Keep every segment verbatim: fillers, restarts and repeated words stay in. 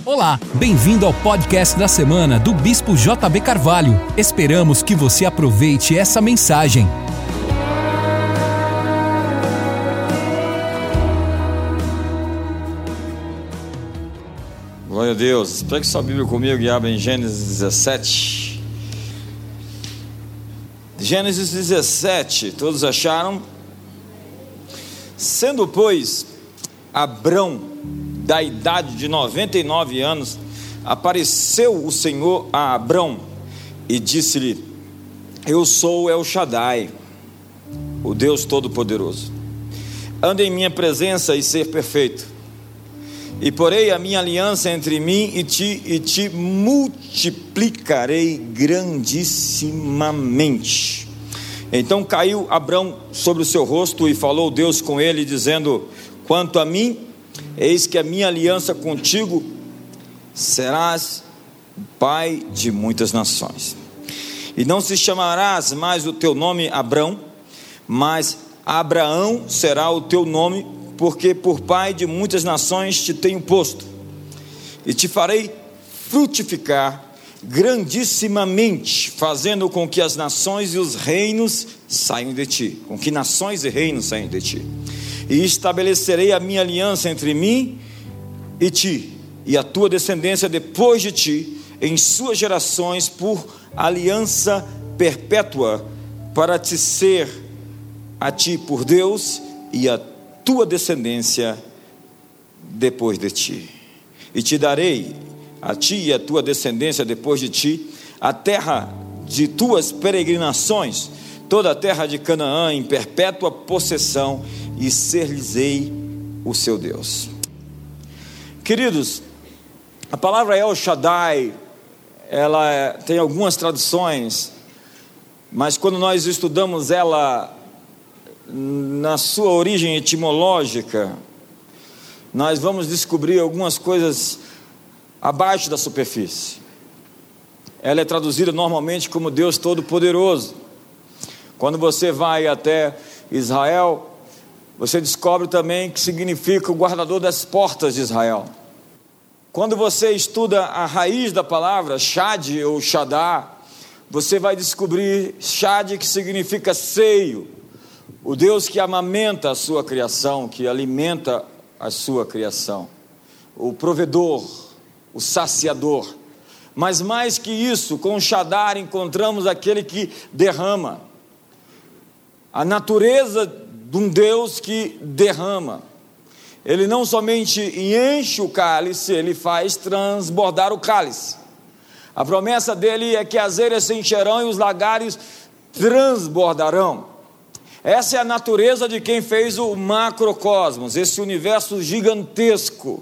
Olá, bem-vindo ao podcast da semana do Bispo J B Carvalho. Esperamos que você aproveite essa mensagem. Glória a Deus. Pegue sua Bíblia comigo e abra em Gênesis dezessete. Gênesis dezessete, todos acharam? Sendo, pois, Abrão da idade de noventa e nove anos, apareceu o Senhor a Abrão e disse-lhe: Eu sou El Shaddai, o Deus Todo-Poderoso. Anda em minha presença e ser perfeito, e porei a minha aliança entre mim e ti, e te multiplicarei grandissimamente. Então caiu Abrão sobre o seu rosto e falou Deus com ele, dizendo: Quanto a mim, eis que a minha aliança contigo, serás pai de muitas nações. E não se chamarás mais o teu nome Abrão, mas Abraão será o teu nome, porque por pai de muitas nações te tenho posto. E te farei frutificar grandissimamente, fazendo com que as nações e os reinos saiam de ti, com que nações e reinos saiam de ti. E estabelecerei a minha aliança entre mim e ti, e a tua descendência depois de ti, em suas gerações, por aliança perpétua, para te ser a ti por Deus, e a tua descendência depois de ti. E te darei a ti e a tua descendência depois de ti a terra de tuas peregrinações, toda a terra de Canaã em perpétua possessão, e ser-lhes-ei o seu Deus. Queridos, a palavra El Shaddai, ela tem algumas traduções, mas quando nós estudamos ela na sua origem etimológica, nós vamos descobrir algumas coisas abaixo da superfície. Ela é traduzida normalmente como Deus Todo-Poderoso. Quando você vai até Israel, você descobre também que significa o guardador das portas de Israel. Quando você estuda a raiz da palavra Shad ou Shaddá, você vai descobrir Shad, que significa seio, o Deus que amamenta a sua criação, que alimenta a sua criação, o provedor, o saciador. Mas mais que isso, com Shaddai encontramos aquele que derrama, a natureza de um Deus que derrama. Ele não somente enche o cálice, ele faz transbordar o cálice. A promessa dele é que as eiras se encherão e os lagares transbordarão. Essa é a natureza de quem fez o macrocosmos, esse universo gigantesco,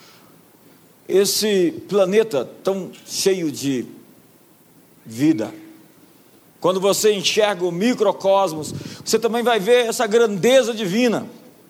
esse planeta tão cheio de vida. Quando você enxerga o microcosmos, você também vai ver essa grandeza divina.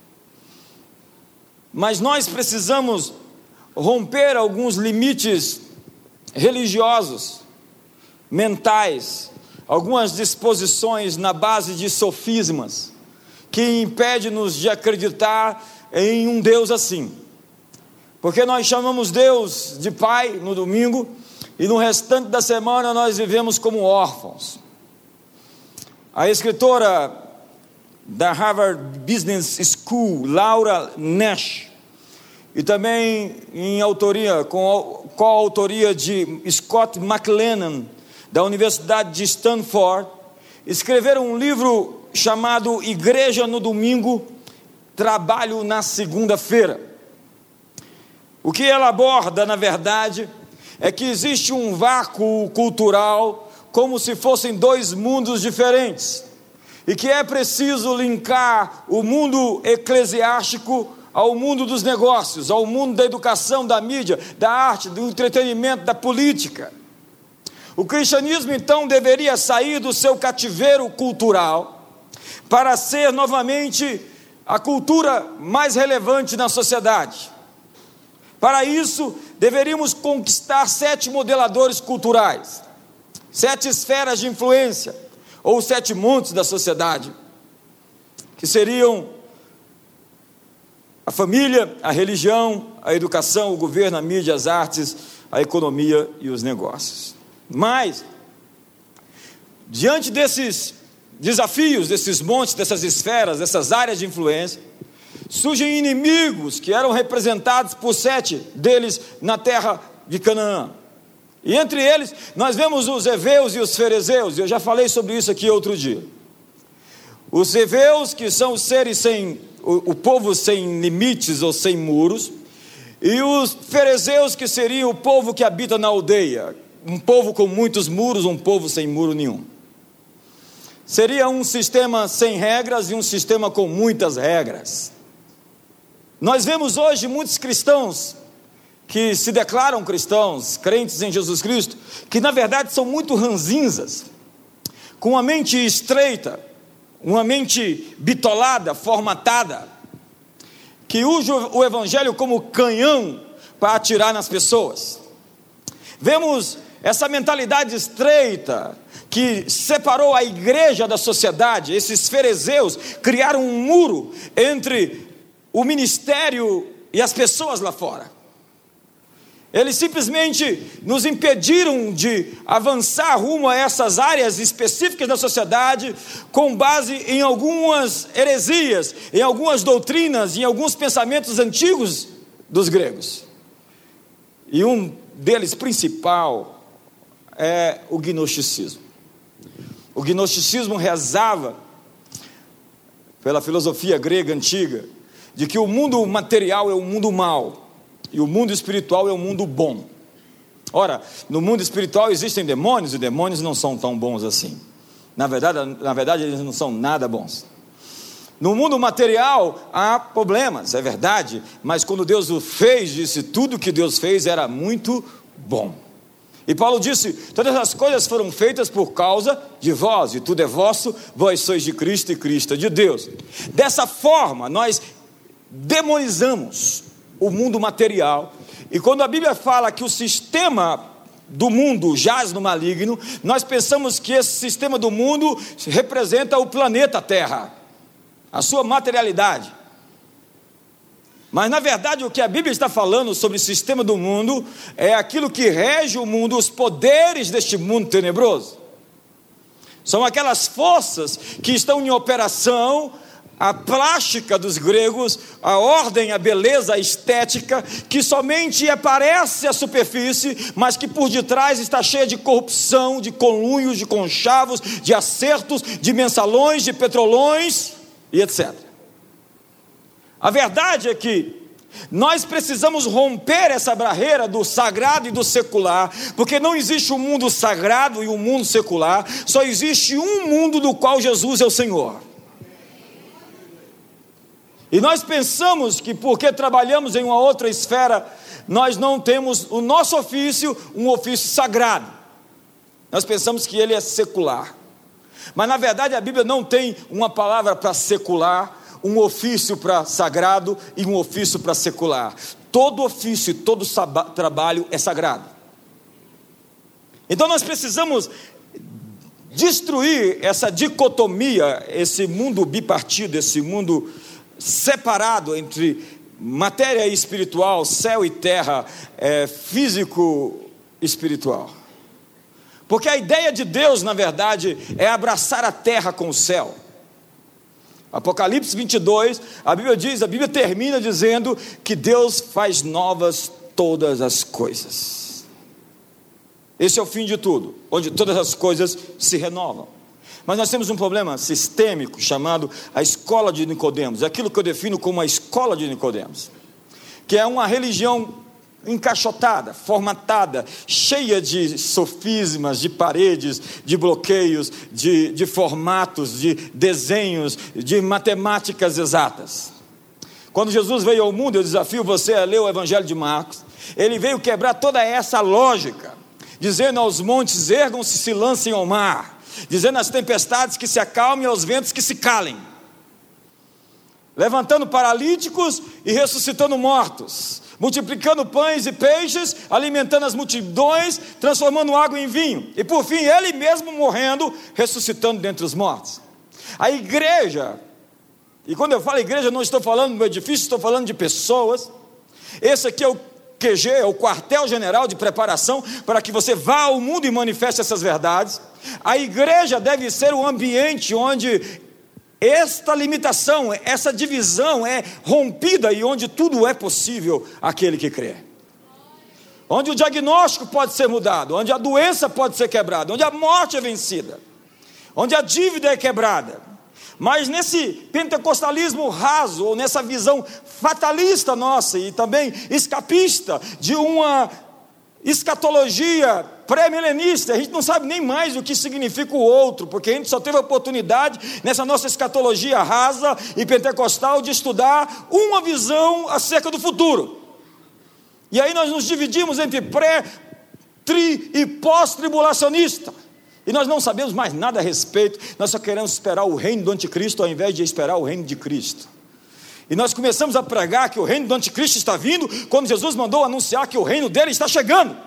Mas nós precisamos romper alguns limites religiosos, mentais, algumas disposições na base de sofismas, que impedem-nos de acreditar em um Deus assim. Porque nós chamamos Deus de Pai no domingo, e no restante da semana nós vivemos como órfãos. A escritora da Harvard Business School, Laura Nash, e também em autoria, com coautoria de Scott McLennan, da Universidade de Stanford, escreveram um livro chamado Igreja no Domingo, Trabalho na Segunda-feira. O que ela aborda, na verdade, é que existe um vácuo cultural, como se fossem dois mundos diferentes, e que é preciso linkar o mundo eclesiástico ao mundo dos negócios, ao mundo da educação, da mídia, da arte, do entretenimento, da política. O cristianismo então deveria sair do seu cativeiro cultural para ser novamente a cultura mais relevante na sociedade. Para isso, deveríamos conquistar sete modeladores culturais, sete esferas de influência, ou sete montes da sociedade, que seriam a família, a religião, a educação, o governo, a mídia, as artes, a economia e os negócios. Mas, diante desses desafios, desses montes, dessas esferas, dessas áreas de influência, surgem inimigos que eram representados por sete deles na terra de Canaã. E entre eles, nós vemos os heveus e os ferezeus, e eu já falei sobre isso aqui outro dia. Os heveus, que são os seres sem, o, o povo sem limites ou sem muros, e os ferezeus, que seriam o povo que habita na aldeia, um povo com muitos muros, um povo sem muro nenhum. Seria um sistema sem regras e um sistema com muitas regras. Nós vemos hoje muitos cristãos que se declaram cristãos, crentes em Jesus Cristo, que na verdade são muito ranzinzas, com uma mente estreita, uma mente bitolada, formatada, que usa o evangelho como canhão para atirar nas pessoas. Vemos essa mentalidade estreita que separou a igreja da sociedade. Esses fariseus criaram um muro entre o ministério e as pessoas lá fora. Eles simplesmente nos impediram de avançar rumo a essas áreas específicas da sociedade, com base em algumas heresias, em algumas doutrinas, em alguns pensamentos antigos dos gregos. E um deles principal é o gnosticismo. O gnosticismo rezava pela filosofia grega antiga, de que o mundo material é o mundo mau, e o mundo espiritual é o mundo bom. Ora, no mundo espiritual existem demônios, e demônios não são tão bons assim. Na verdade, na verdade eles não são nada bons. No mundo material há problemas, é verdade, mas quando Deus o fez, disse, tudo que Deus fez era muito bom. E Paulo disse, todas as coisas foram feitas por causa de vós, e tudo é vosso, vós sois de Cristo e Cristo é de Deus. Dessa forma, nós demonizamos o mundo material, e quando a Bíblia fala que o sistema do mundo jaz no maligno, nós pensamos que esse sistema do mundo representa o planeta Terra, a sua materialidade. Mas na verdade o que a Bíblia está falando sobre o sistema do mundo é aquilo que rege o mundo, os poderes deste mundo tenebroso. São aquelas forças que estão em operação, a plástica dos gregos, a ordem, a beleza, a estética, que somente aparece à superfície, mas que por detrás está cheia de corrupção, de conluios, de conchavos, de acertos, de mensalões, de petrolões e etcétera. A verdade é que nós precisamos romper essa barreira do sagrado e do secular, porque não existe um mundo sagrado e um mundo secular, só existe um mundo do qual Jesus é o Senhor. E nós pensamos que porque trabalhamos em uma outra esfera, nós não temos o nosso ofício, um ofício sagrado. Nós pensamos que ele é secular. Mas na verdade a Bíblia não tem uma palavra para secular, um ofício para sagrado e um ofício para secular. Todo ofício e todo trabalho é sagrado. Então nós precisamos destruir essa dicotomia, esse mundo bipartido, esse mundo separado entre matéria e espiritual, céu e terra, é, físico e espiritual. Porque a ideia de Deus, na verdade, é abraçar a terra com o céu. Apocalipse vinte e dois, a Bíblia diz, a Bíblia termina dizendo que Deus faz novas todas as coisas. Esse é o fim de tudo, onde todas as coisas se renovam. Mas nós temos um problema sistêmico chamado a escola de Nicodemos, aquilo que eu defino como a escola de Nicodemos, que é uma religião encaixotada, formatada, cheia de sofismas, de paredes, de bloqueios, de, de formatos, de desenhos, de matemáticas exatas. Quando Jesus veio ao mundo, eu desafio você a ler o Evangelho de Marcos, ele veio quebrar toda essa lógica, dizendo aos montes, ergam-se, se lancem ao mar, dizendo às tempestades que se acalmem, aos ventos que se calem, levantando paralíticos e ressuscitando mortos, multiplicando pães e peixes, alimentando as multidões, transformando água em vinho, e por fim ele mesmo morrendo, ressuscitando dentre os mortos. A igreja E quando eu falo igreja, não estou falando do edifício, estou falando de pessoas. Esse aqui é o Q G, é o quartel-general de preparação para que você vá ao mundo e manifeste essas verdades. A igreja deve ser um ambiente onde esta limitação, essa divisão é rompida e onde tudo é possível àquele que crê. Onde o diagnóstico pode ser mudado, onde a doença pode ser quebrada, onde a morte é vencida, onde a dívida é quebrada. Mas nesse pentecostalismo raso, ou nessa visão fatalista nossa e também escapista de uma escatologia pré-milenista, a gente não sabe nem mais o que significa o outro, porque a gente só teve a oportunidade nessa nossa escatologia rasa e pentecostal de estudar uma visão acerca do futuro. E aí nós nos dividimos entre pré, tri e pós-tribulacionista. E nós não sabemos mais nada a respeito, nós só queremos esperar o reino do anticristo ao invés de esperar o reino de Cristo. E nós começamos a pregar que o reino do anticristo está vindo, quando Jesus mandou anunciar que o reino dele está chegando.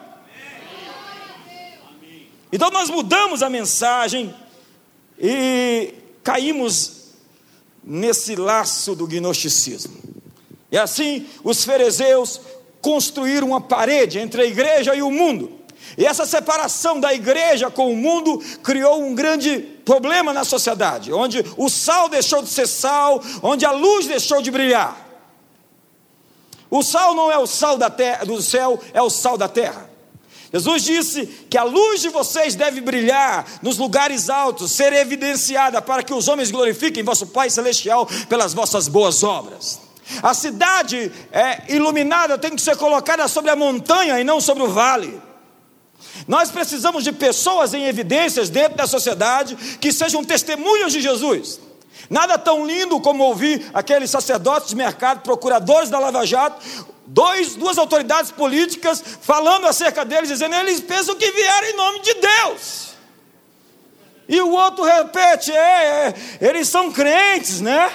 Então nós mudamos a mensagem e caímos nesse laço do gnosticismo. E assim os fariseus construíram uma parede entre a igreja e o mundo. E essa separação da igreja com o mundo criou um grande problema na sociedade, onde o sal deixou de ser sal, onde a luz deixou de brilhar. O sal não é o sal da terra, do céu, é o sal da terra. Jesus disse que a luz de vocês deve brilhar nos lugares altos, ser evidenciada para que os homens glorifiquem vosso Pai Celestial pelas vossas boas obras. A cidade é iluminada tem que ser colocada sobre a montanha e não sobre o vale. Nós precisamos de pessoas em evidências dentro da sociedade que sejam testemunhas de Jesus. Nada tão lindo como ouvir aqueles sacerdotes de mercado, procuradores da Lava Jato, dois, duas autoridades políticas falando acerca deles, dizendo: eles pensam que vieram em nome de Deus. E o outro repete: é, é eles são crentes, né?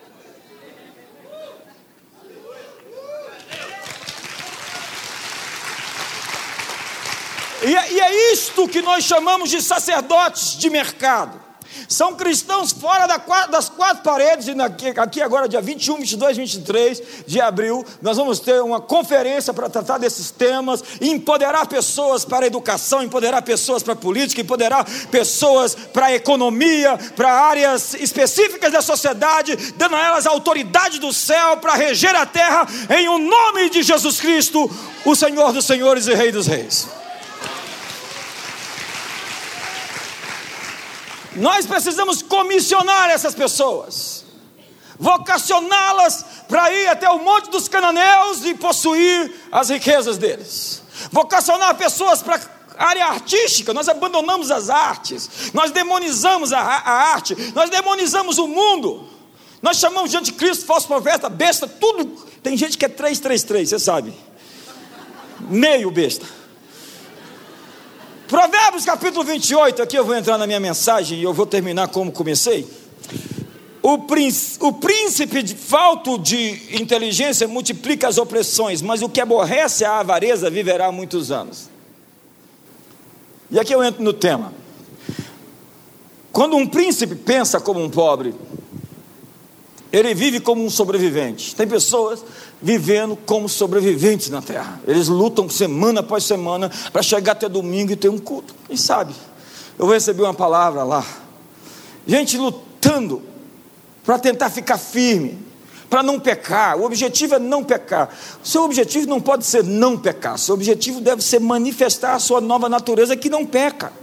E é, e é isto que nós chamamos de sacerdotes de mercado. São cristãos fora da, das quatro paredes. E aqui, aqui agora dia vinte e um, vinte e dois, vinte e três de abril nós vamos ter uma conferência para tratar desses temas, empoderar pessoas para a educação, empoderar pessoas para a política, empoderar pessoas para a economia, para áreas específicas da sociedade, dando a elas a autoridade do céu para reger a terra, em o nome de Jesus Cristo, o Senhor dos senhores e Rei dos reis. Nós precisamos comissionar essas pessoas, vocacioná-las para ir até o Monte dos Cananeus e possuir as riquezas deles. Vocacionar pessoas para a área artística. Nós abandonamos as artes, nós demonizamos a, a arte, nós demonizamos o mundo. Nós chamamos de anticristo, falso profeta, besta, tudo. Tem gente que é três três três, você sabe, meio besta. Provérbios capítulo vinte e oito, aqui eu vou entrar na minha mensagem e eu vou terminar como comecei. O príncipe, o príncipe de falto de inteligência multiplica as opressões, mas o que aborrece a avareza viverá muitos anos. E aqui eu entro no tema. Quando um príncipe pensa como um pobre, ele vive como um sobrevivente. Tem pessoas vivendo como sobreviventes na terra. Eles lutam semana após semana para chegar até domingo e ter um culto. Quem sabe eu vou receber uma palavra lá. Gente lutando para tentar ficar firme, para não pecar. O objetivo é não pecar. O seu objetivo não pode ser não pecar. O seu objetivo deve ser manifestar a sua nova natureza que não peca.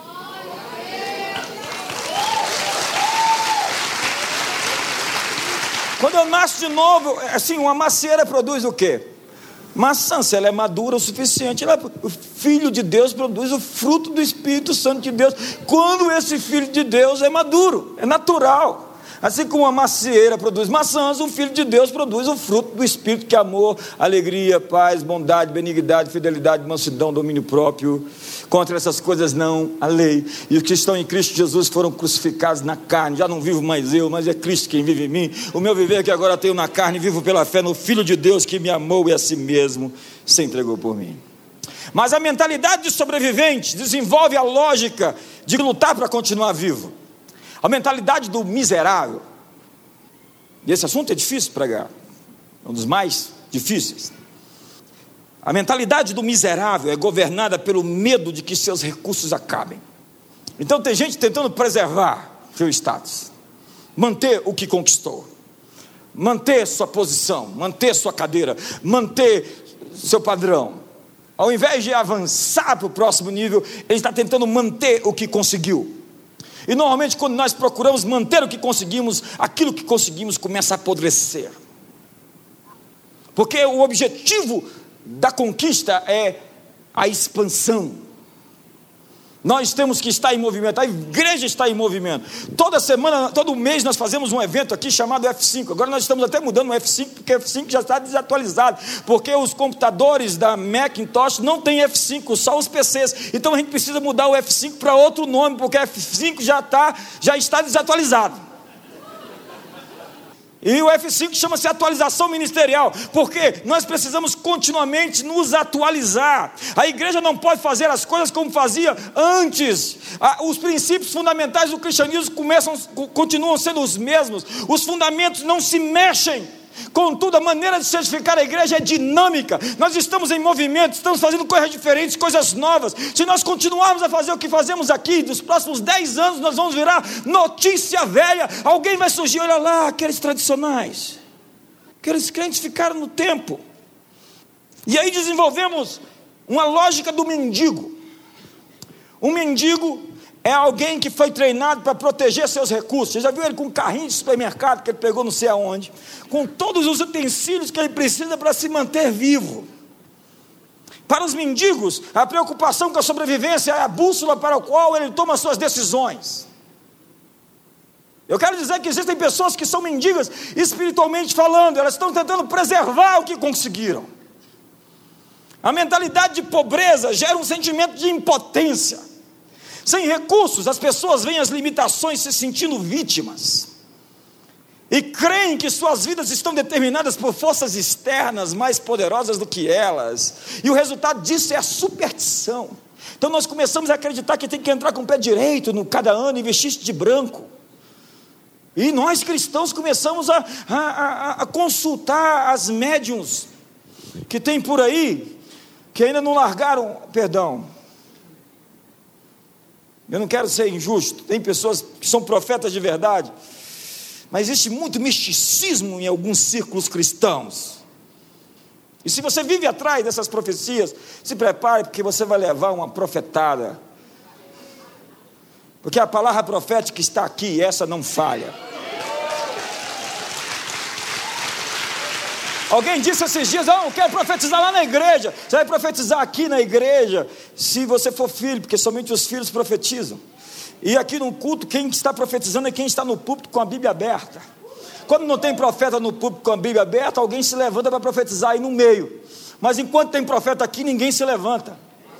Quando eu nasço de novo, assim, uma macieira produz o quê? Maçã. Se ela é madura o suficiente, ela, o Filho de Deus produz o fruto do Espírito Santo de Deus. Quando esse Filho de Deus é maduro, é natural. Assim como a macieira produz maçãs, o Filho de Deus produz o fruto do Espírito, que é amor, alegria, paz, bondade, benignidade, fidelidade, mansidão, domínio próprio. Contra essas coisas não há lei. E os que estão em Cristo Jesus foram crucificados na carne. Já não vivo mais eu, mas é Cristo quem vive em mim. O meu viver que agora tenho na carne, vivo pela fé no Filho de Deus que me amou e a si mesmo se entregou por mim. Mas a mentalidade de sobrevivente desenvolve a lógica de lutar para continuar vivo. A mentalidade do miserável E esse assunto é difícil pregar, é um dos mais difíceis. A mentalidade do miserável é governada pelo medo de que seus recursos acabem. Então tem gente tentando preservar seu status, manter o que conquistou, manter sua posição, manter sua cadeira, manter seu padrão. Ao invés de avançar para o próximo nível, ele está tentando manter o que conseguiu. E normalmente quando nós procuramos manter o que conseguimos, aquilo que conseguimos começa a apodrecer. Porque o objetivo da conquista é a expansão. Nós temos que estar em movimento, a igreja está em movimento. Toda semana, todo mês nós fazemos um evento aqui chamado F cinco. Agora nós estamos até mudando o F cinco, porque o F cinco já está desatualizado, porque os computadores da Macintosh não tem F cinco, só os P Cs. Então a gente precisa mudar o F cinco para outro nome, porque o F cinco já está, já está desatualizado. E o F cinco chama-se atualização ministerial, porque nós precisamos continuamente nos atualizar. A igreja não pode fazer as coisas como fazia antes. Os princípios fundamentais do cristianismo começam, continuam sendo os mesmos. Os fundamentos não se mexem. Contudo, a maneira de certificar a igreja é dinâmica. Nós estamos em movimento, estamos fazendo coisas diferentes, coisas novas. Se nós continuarmos a fazer o que fazemos aqui, nos próximos dez anos nós vamos virar notícia velha. Alguém vai surgir, olha lá, aqueles tradicionais, aqueles crentes ficaram no tempo. E aí desenvolvemos uma lógica do mendigo. Um mendigo é alguém que foi treinado para proteger seus recursos. Você já viu ele com um carrinho de supermercado que ele pegou não sei aonde, com todos os utensílios que ele precisa para se manter vivo. Para os mendigos, a preocupação com a sobrevivência é a bússola para a qual ele toma suas decisões. Eu quero dizer que existem pessoas que são mendigas espiritualmente falando, elas estão tentando preservar o que conseguiram. A mentalidade de pobreza gera um sentimento de impotência. Sem recursos, as pessoas veem as limitações se sentindo vítimas e creem que suas vidas estão determinadas por forças externas mais poderosas do que elas, e o resultado disso é a superstição. Então nós começamos a acreditar que tem que entrar com o pé direito no cada ano e vestir de branco, e nós cristãos começamos a, a, a, a consultar as médiuns que tem por aí, que ainda não largaram, perdão, eu não quero ser injusto, tem pessoas que são profetas de verdade, mas existe muito misticismo em alguns círculos cristãos. E se você vive atrás dessas profecias, se prepare, porque você vai levar uma profetada. Porque a palavra profética está aqui, essa não falha. Alguém disse esses dias, ah, eu quero profetizar lá na igreja. Você vai profetizar aqui na igreja, se você for filho, porque somente os filhos profetizam. E aqui no culto, quem está profetizando é quem está no púlpito com a Bíblia aberta. Quando não tem profeta no púlpito com a Bíblia aberta, alguém se levanta para profetizar aí no meio. Mas enquanto tem profeta aqui, ninguém se levanta.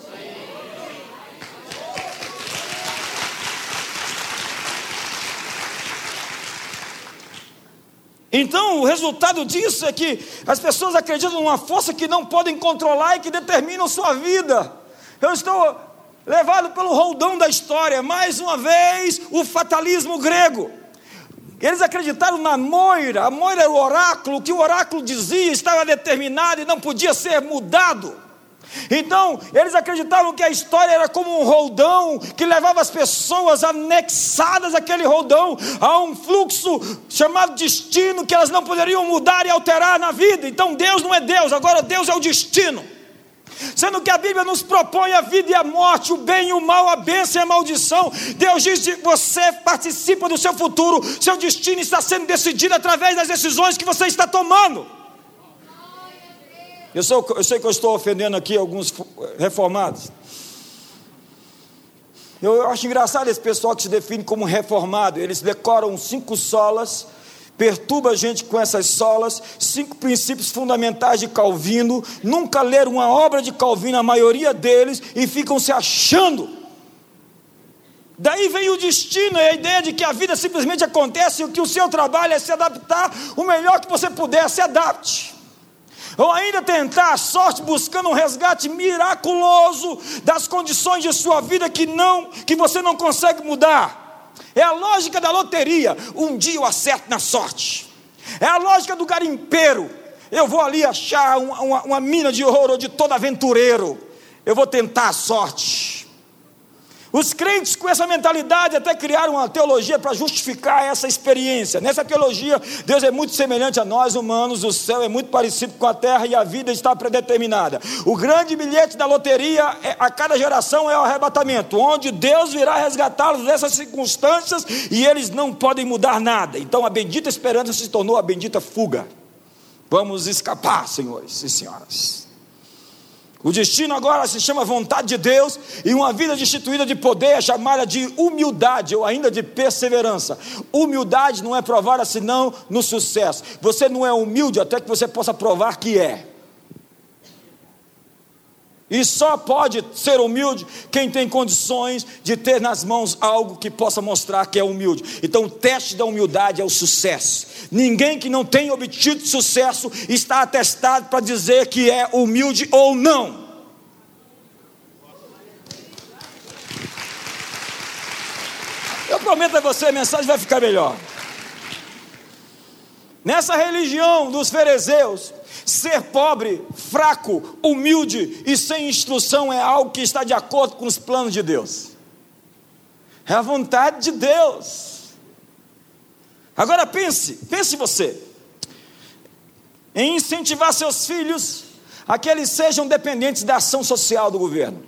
Então o resultado disso é que as pessoas acreditam numa força que não podem controlar e que determinam sua vida. Eu estou levado pelo roldão da história, mais uma vez o fatalismo grego. Eles acreditaram na moira, a moira era o oráculo, o que o oráculo dizia estava determinado e não podia ser mudado. Então, eles acreditavam que a história era como um roldão que levava as pessoas anexadas àquele roldão a um fluxo chamado destino que elas não poderiam mudar e alterar na vida. Então Deus não é Deus, agora Deus é o destino. Sendo que a Bíblia nos propõe a vida e a morte, o bem e o mal, a bênção e a maldição. Deus diz que você participa do seu futuro, seu destino está sendo decidido através das decisões que você está tomando. Eu, sou, eu sei que eu estou ofendendo aqui alguns reformados. Eu, eu acho engraçado esse pessoal que se define como reformado. Eles decoram cinco solas, perturba a gente com essas solas, cinco princípios fundamentais de Calvino, nunca leram uma obra de Calvino, a maioria deles, e ficam se achando. Daí vem o destino, e a ideia de que a vida simplesmente acontece, e que o seu trabalho é se adaptar, o melhor que você puder, se adapte. Ou ainda tentar a sorte buscando um resgate miraculoso das condições de sua vida que, não, que você não consegue mudar. É a lógica da loteria, um dia eu acerto na sorte. É a lógica do garimpeiro. Eu vou ali achar uma, uma, uma mina de ouro, de todo aventureiro. Eu vou tentar a sorte. Os crentes com essa mentalidade até criaram uma teologia para justificar essa experiência. Nessa teologia, Deus é muito semelhante a nós humanos, o céu é muito parecido com a terra e a vida está predeterminada. O grande bilhete da loteria é, a cada geração é o arrebatamento, onde Deus virá resgatá-los dessas circunstâncias e eles não podem mudar nada. Então a bendita esperança se tornou a bendita fuga. Vamos escapar, senhores e senhoras. O destino agora se chama vontade de Deus, e uma vida destituída de poder é chamada de humildade, ou ainda de perseverança. Humildade não é provada senão no sucesso. Você não é humilde até que você possa provar que é. E só pode ser humilde quem tem condições de ter nas mãos algo que possa mostrar que é humilde. Então o teste da humildade é o sucesso. Ninguém que não tenha obtido sucesso está atestado para dizer que é humilde ou não. Eu prometo a você, a mensagem vai ficar melhor. Nessa religião dos fariseus, ser pobre, fraco, humilde e sem instrução é algo que está de acordo com os planos de Deus. É a vontade de Deus. Agora pense, pense você, em incentivar seus filhos a que eles sejam dependentes da ação social do governo.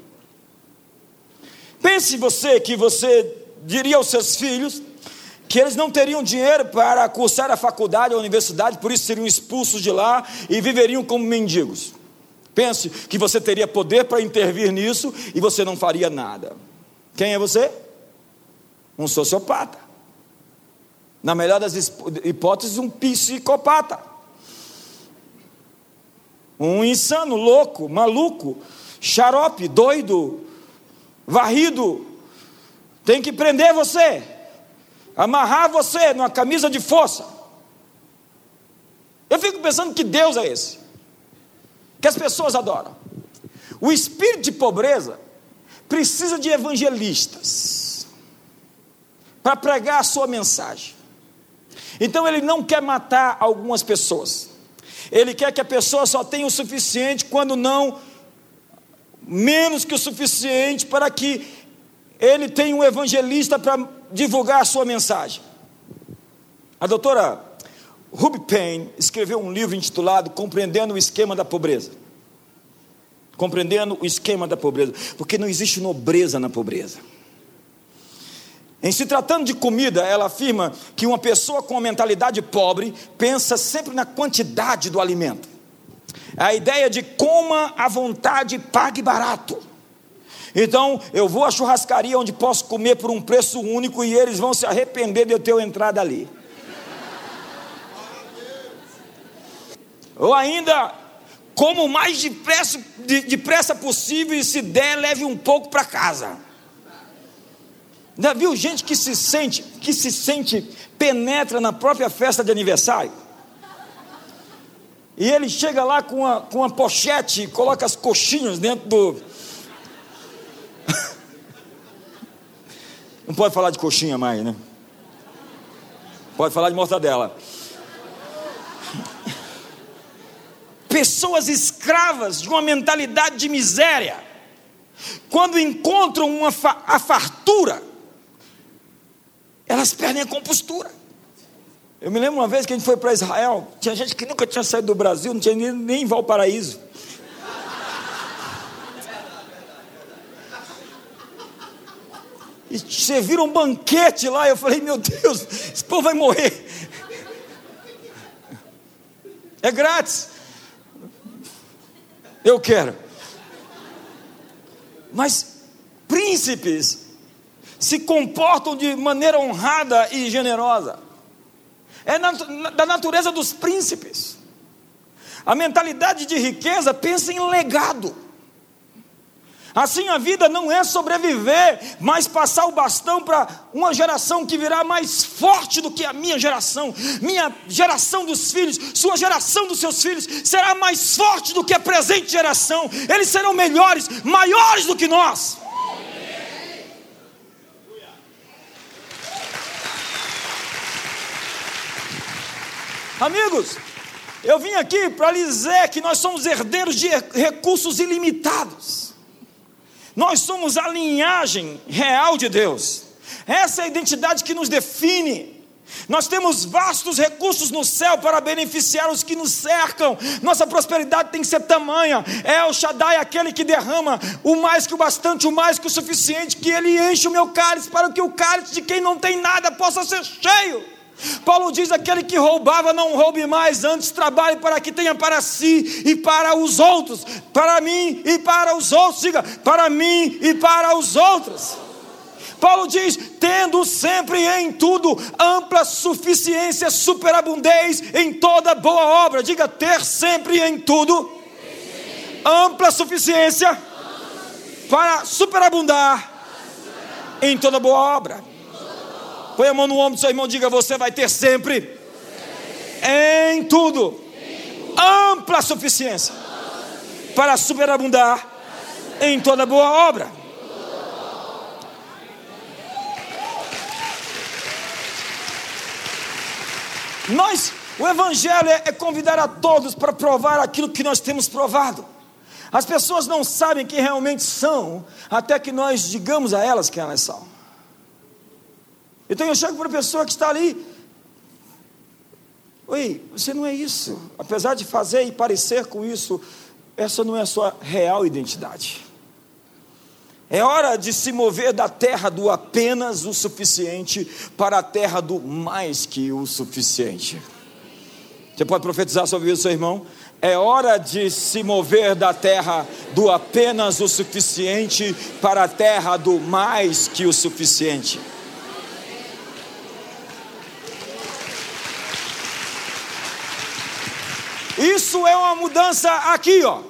Pense você que você diria aos seus filhos que eles não teriam dinheiro para cursar a faculdade ou a universidade, por isso seriam expulsos de lá e viveriam como mendigos. Pense que você teria poder para intervir nisso e você não faria nada. Quem é você? Um sociopata. Na melhor das hipóteses, um psicopata. Um insano, louco, maluco, xarope, doido, varrido. Tem que prender você, amarrar você numa camisa de força. Eu fico pensando que Deus é esse, que as pessoas adoram. O espírito de pobreza precisa de evangelistas para pregar a sua mensagem. Então ele não quer matar algumas pessoas, ele quer que a pessoa só tenha o suficiente, quando não menos que o suficiente, para que ele tenha um evangelista para divulgar a sua mensagem. A doutora Ruby Payne escreveu um livro intitulado Compreendendo o Esquema da Pobreza. Compreendendo o esquema da pobreza, porque não existe nobreza na pobreza. Em se tratando de comida, ela afirma que uma pessoa com uma mentalidade pobre pensa sempre na quantidade do alimento. A ideia de coma à vontade e pague barato. Então, eu vou à churrascaria onde posso comer por um preço único e eles vão se arrepender de eu ter entrado ali. Ou ainda, como o mais depressa, depressa possível e se der, leve um pouco para casa. Já viu gente que se sente, que se sente, penetra na própria festa de aniversário? E ele chega lá com uma, com uma pochete e coloca as coxinhas dentro do... Não pode falar de coxinha mais, né? Pode falar de mortadela. Pessoas escravas de uma mentalidade de miséria, quando encontram uma fa- a fartura, elas perdem a compostura. Eu me lembro uma vez que a gente foi para Israel, tinha gente que nunca tinha saído do Brasil, não tinha nem, nem em Valparaíso. E serviram um banquete lá, eu falei, meu Deus, esse povo vai morrer. É grátis. Eu quero. Mas príncipes se comportam de maneira honrada e generosa. É da natureza dos príncipes. A mentalidade de riqueza pensa em legado. Assim a vida não é sobreviver, mas passar o bastão para uma geração que virá mais forte do que a minha geração. Minha geração dos filhos, sua geração dos seus filhos será mais forte do que a presente geração. Eles serão melhores, maiores do que nós. Amigos, eu vim aqui para lhes dizer que nós somos herdeiros de recursos ilimitados. Nós somos a linhagem real de Deus. Essa é a identidade que nos define. Nós temos vastos recursos no céu para beneficiar os que nos cercam. Nossa prosperidade tem que ser tamanha. É o Shaddai, aquele que derrama o mais que o bastante, o mais que o suficiente, que ele enche o meu cálice, para que o cálice de quem não tem nada possa ser cheio. Paulo diz: aquele que roubava não roube mais, antes trabalhe para que tenha para si e para os outros. Para mim e para os outros. Diga: para mim e para os outros. Paulo diz: tendo sempre em tudo ampla suficiência, superabundez em toda boa obra. Diga: ter sempre em tudo ampla suficiência para superabundar em toda boa obra. Põe a mão no ombro do seu irmão, diga: você vai ter sempre em tudo ampla suficiência para superabundar em toda boa obra. Nós, o Evangelho é convidar a todos para provar aquilo que nós temos provado. As pessoas não sabem quem realmente são, até que nós digamos a elas quem elas são. Então eu chego para a pessoa que está ali: oi, você não é isso. Apesar de fazer e parecer com isso, essa não é a sua real identidade. É hora de se mover da terra do apenas o suficiente para a terra do mais que o suficiente. Você pode profetizar sobre isso, seu irmão? É hora de se mover da terra do apenas o suficiente para a terra do mais que o suficiente. Isso é uma mudança aqui, ó.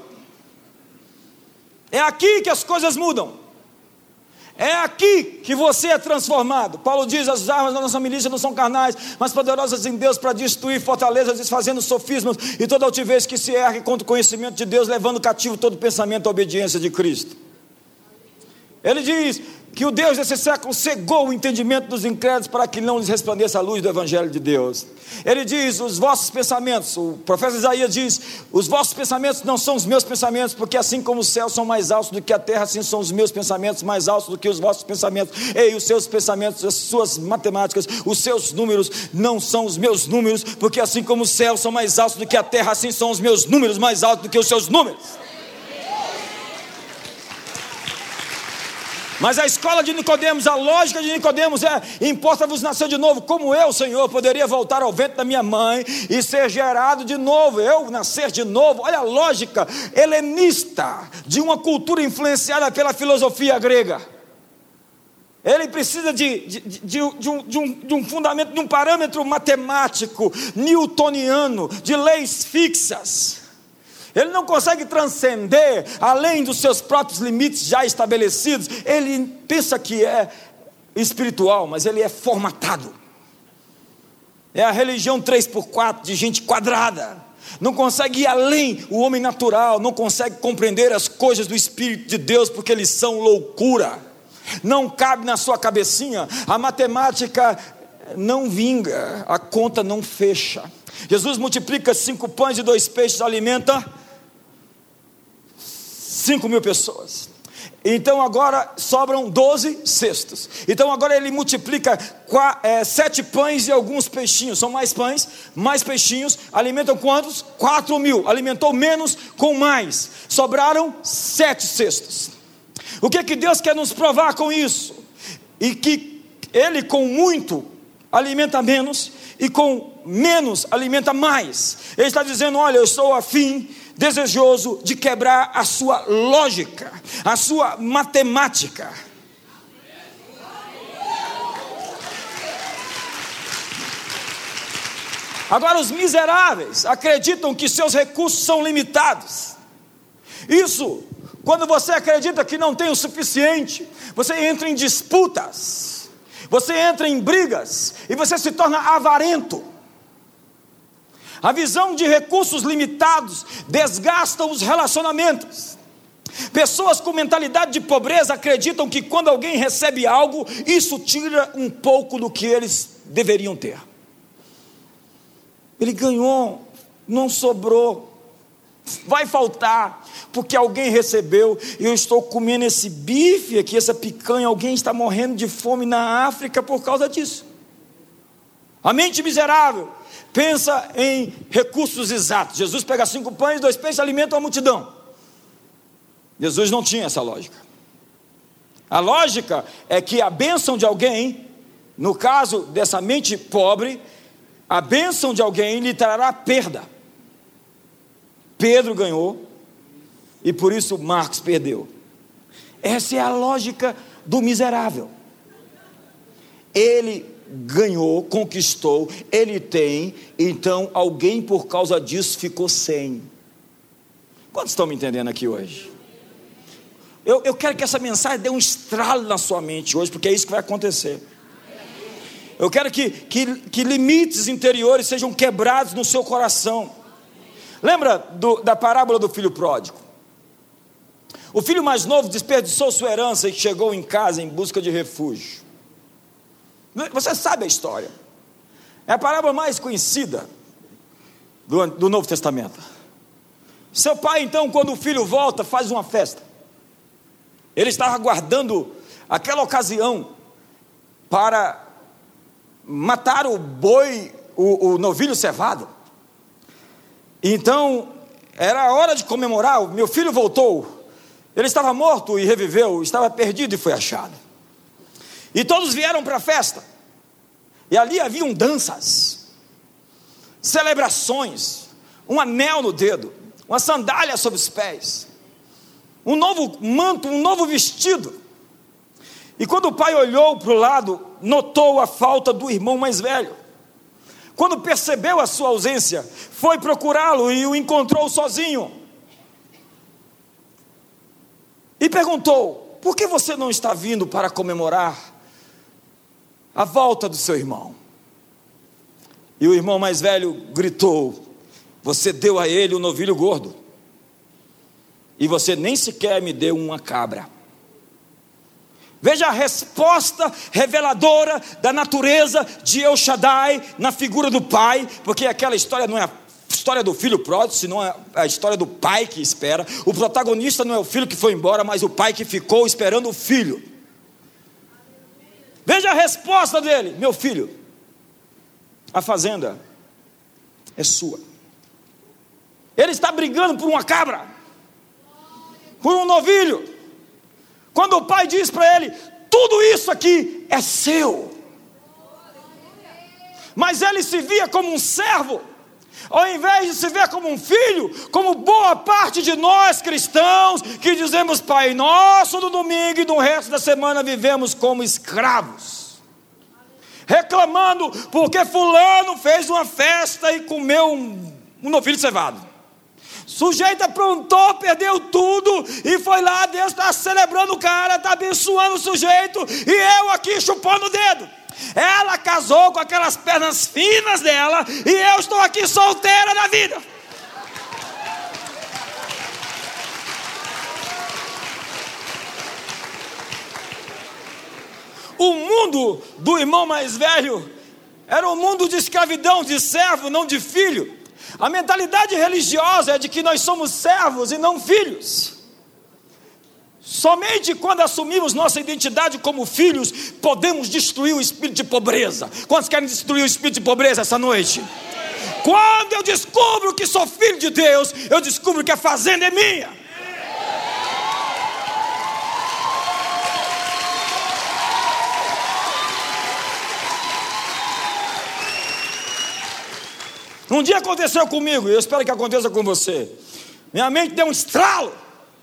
É aqui que as coisas mudam. É aqui que você é transformado. Paulo diz: as armas da nossa milícia não são carnais, mas poderosas em Deus para destruir fortalezas, desfazendo sofismas e toda altivez que se ergue contra o conhecimento de Deus, levando cativo todo pensamento à obediência de Cristo. Ele diz que o Deus desse século cegou o entendimento dos incrédulos para que não lhes resplandeça a luz do Evangelho de Deus. Ele diz: os vossos pensamentos, o profeta Isaías diz: os vossos pensamentos não são os meus pensamentos, porque assim como os céus são mais altos do que a terra, assim são os meus pensamentos mais altos do que os vossos pensamentos. Ei, os seus pensamentos, as suas matemáticas, os seus números não são os meus números, porque assim como os céus são mais altos do que a terra, assim são os meus números mais altos do que os seus números. Mas a escola de Nicodemos, a lógica de Nicodemos é: importa-vos nascer de novo. Como eu, Senhor, poderia voltar ao ventre da minha mãe e ser gerado de novo? Eu nascer de novo? Olha a lógica helenista de uma cultura influenciada pela filosofia grega. Ele precisa de, de, de, de, um, de, um, de um fundamento, de um parâmetro matemático, newtoniano, de leis fixas. Ele não consegue transcender além dos seus próprios limites já estabelecidos. Ele pensa que é espiritual, mas ele é formatado. É a religião três por quatro de gente quadrada. Não consegue ir além, o homem natural não consegue compreender as coisas do Espírito de Deus, porque eles são loucura. Não cabe na sua cabecinha. A matemática não vinga, a conta não fecha. Jesus multiplica cinco pães e dois peixes, alimenta cinco mil pessoas. Então agora sobram doze cestos. Então agora ele multiplica quatro, é, sete pães e alguns peixinhos. São mais pães, mais peixinhos. Alimentam quantos? Quatro mil. Alimentou menos com mais. Sobraram sete cestos. O que é que Deus quer nos provar com isso? E que Ele com muito alimenta menos, e com menos alimenta mais. Ele está dizendo: olha, eu estou afim, desejoso de quebrar a sua lógica, a sua matemática. Agora, os miseráveis acreditam que seus recursos são limitados. Isso, quando você acredita que não tem o suficiente, você entra em disputas, você entra em brigas, e você se torna avarento. A visão de recursos limitados desgasta os relacionamentos. Pessoas com mentalidade de pobreza acreditam que quando alguém recebe algo, isso tira um pouco do que eles deveriam ter. Ele ganhou, não sobrou. Vai faltar, porque alguém recebeu. E eu estou comendo esse bife aqui, essa picanha. Alguém está morrendo de fome na África por causa disso. A mente miserável pensa em recursos exatos. Jesus pega cinco pães, dois peixes, alimenta uma multidão. Jesus não tinha essa lógica. A lógica é que a bênção de alguém, no caso dessa mente pobre, a bênção de alguém lhe trará perda. Pedro ganhou e por isso Marcos perdeu. Essa é a lógica do miserável. Ele ganhou, conquistou, ele tem, então alguém por causa disso ficou sem. Quantos estão me entendendo aqui hoje? Eu, eu quero que essa mensagem dê um estralo na sua mente hoje, porque é isso que vai acontecer. Eu quero que, que, que limites interiores sejam quebrados no seu coração. Lembra do, da parábola do filho pródigo? O filho mais novo desperdiçou sua herança e chegou em casa em busca de refúgio. Você sabe a história. É a parábola mais conhecida do, do Novo Testamento. Seu pai, então, quando o filho volta, faz uma festa. Ele estava aguardando aquela ocasião para matar o boi, o, o novilho cevado. Então, era a hora de comemorar. O meu filho voltou. Ele estava morto e reviveu, estava perdido e foi achado. E todos vieram para a festa. E ali haviam danças, celebrações, um anel no dedo, uma sandália sobre os pés, um novo manto, um novo vestido. E quando o pai olhou para o lado, notou a falta do irmão mais velho. Quando percebeu a sua ausência, foi procurá-lo e o encontrou sozinho. E perguntou: por que você não está vindo para comemorar a volta do seu irmão? E o irmão mais velho gritou: você deu a ele um novilho gordo, e você nem sequer me deu uma cabra. Veja a resposta reveladora da natureza de El Shaddai na figura do pai, porque aquela história não é a história do filho pródigo, senão é a história do pai que espera. O protagonista não é o filho que foi embora, mas o pai que ficou esperando o filho. Veja a resposta dele: meu filho, a fazenda é sua. Ele está brigando por uma cabra, por um novilho, quando o pai diz para ele: tudo isso aqui é seu. Mas ele se via como um servo, ao invés de se ver como um filho, como boa parte de nós cristãos, que dizemos Pai Nosso no domingo e no resto da semana vivemos como escravos, reclamando porque fulano fez uma festa e comeu um, um novilho cevado. Sujeito aprontou, perdeu tudo e foi lá. Deus está celebrando o cara, está abençoando o sujeito, e eu aqui chupando o dedo. Ela casou com aquelas pernas finas dela e eu estou aqui solteira na vida. O mundo do irmão mais velho era um mundo de escravidão, de servo, não de filho. A mentalidade religiosa é de que nós somos servos e não filhos. Somente quando assumimos nossa identidade como filhos, podemos destruir o espírito de pobreza. Quantos querem destruir o espírito de pobreza essa noite? Quando eu descubro que sou filho de Deus, eu descubro que a fazenda é minha. Um dia aconteceu comigo, e eu espero que aconteça com você. Minha mente deu um estralo,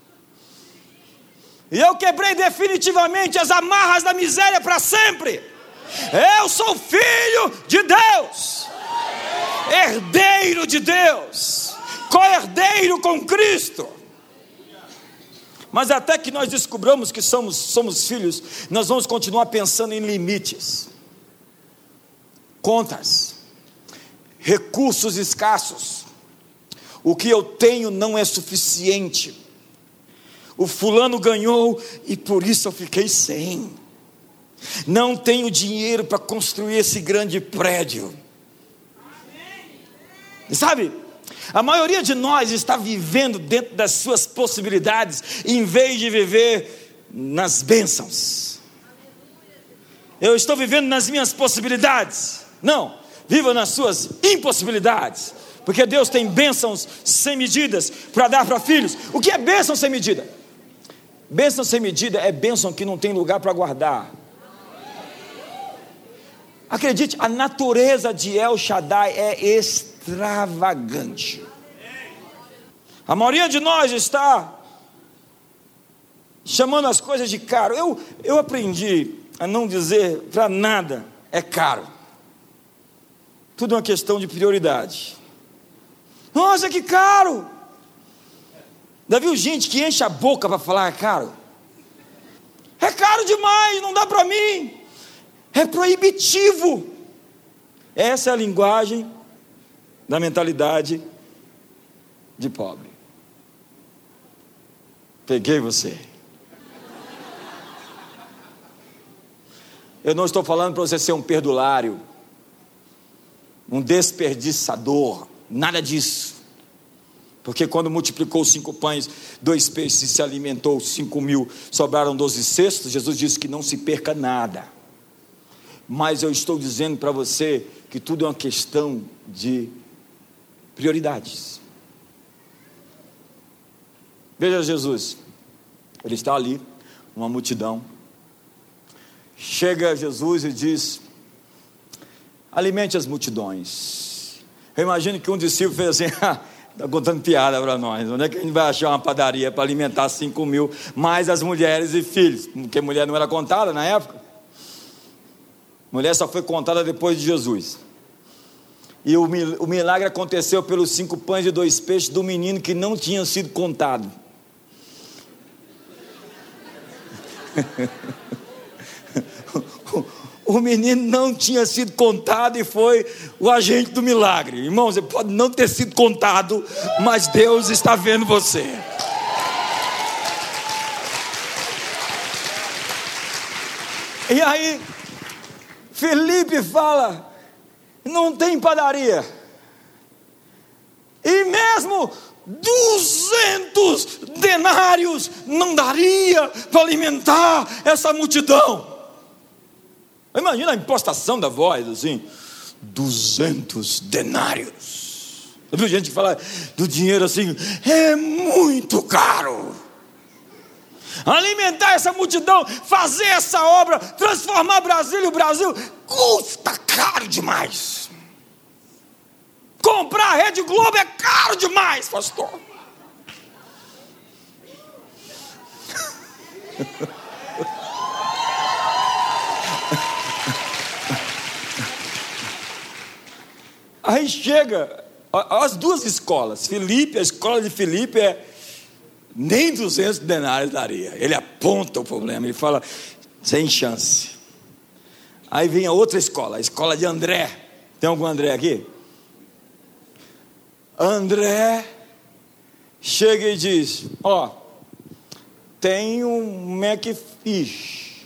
e eu quebrei definitivamente as amarras da miséria para sempre. Eu sou filho de Deus, herdeiro de Deus, co-herdeiro com Cristo. Mas até que nós descobramos que somos, somos filhos, nós vamos continuar pensando em limites, contas, recursos escassos. O que eu tenho não é suficiente. O fulano ganhou e por isso eu fiquei sem. Não tenho dinheiro para construir esse grande prédio. Sabe, a maioria de nós está vivendo dentro das suas possibilidades, em vez de viver nas bênçãos. Eu estou vivendo nas minhas possibilidades. Não, viva nas suas impossibilidades, porque Deus tem bênçãos sem medidas para dar para filhos. O que é bênção sem medida? Bênção sem medida é bênção que não tem lugar para guardar. Acredite, a natureza de El Shaddai é extravagante. A maioria de nós está chamando as coisas de caro. Eu, eu aprendi a não dizer para nada é caro. Tudo é uma questão de prioridade. Nossa, que caro! Já viu gente que enche a boca para falar é caro? É caro demais, não dá para mim. É proibitivo. Essa é a linguagem da mentalidade de pobre. Peguei você. Eu não estou falando para você ser um perdulário, um desperdiçador, nada disso. Porque quando multiplicou cinco pães, dois peixes e se alimentou cinco mil, sobraram doze cestos, Jesus disse que não se perca nada. Mas eu estou dizendo para você que tudo é uma questão de prioridades. Veja Jesus, ele está ali, uma multidão. Chega Jesus e diz: alimente as multidões. Eu imagino que um discípulo fez assim: está contando piada para nós, onde é que a gente vai achar uma padaria para alimentar cinco mil, mais as mulheres e filhos? Porque mulher não era contada na época. Mulher só foi contada depois de Jesus. E o milagre aconteceu pelos cinco pães e dois peixes do menino que não tinha sido contado. O menino não tinha sido contado e foi o agente do milagre. Irmãos, você pode não ter sido contado, mas Deus está vendo você. E aí Felipe fala: não tem padaria. E mesmo duzentos denários não daria para alimentar essa multidão. Imagina a impostação da voz assim: duzentos denários. Eu vi gente que fala do dinheiro assim: é muito caro. Alimentar essa multidão, fazer essa obra, transformar Brasília, o Brasil, custa caro demais. Comprar a Rede Globo é caro demais, pastor. Aí chega as duas escolas. Filipe, a escola de Filipe é nem duzentos denários daria. Ele aponta o problema, ele fala: sem chance. Aí vem a outra escola, a escola de André. Tem algum André aqui? André chega e diz: ó, tem um Macfish.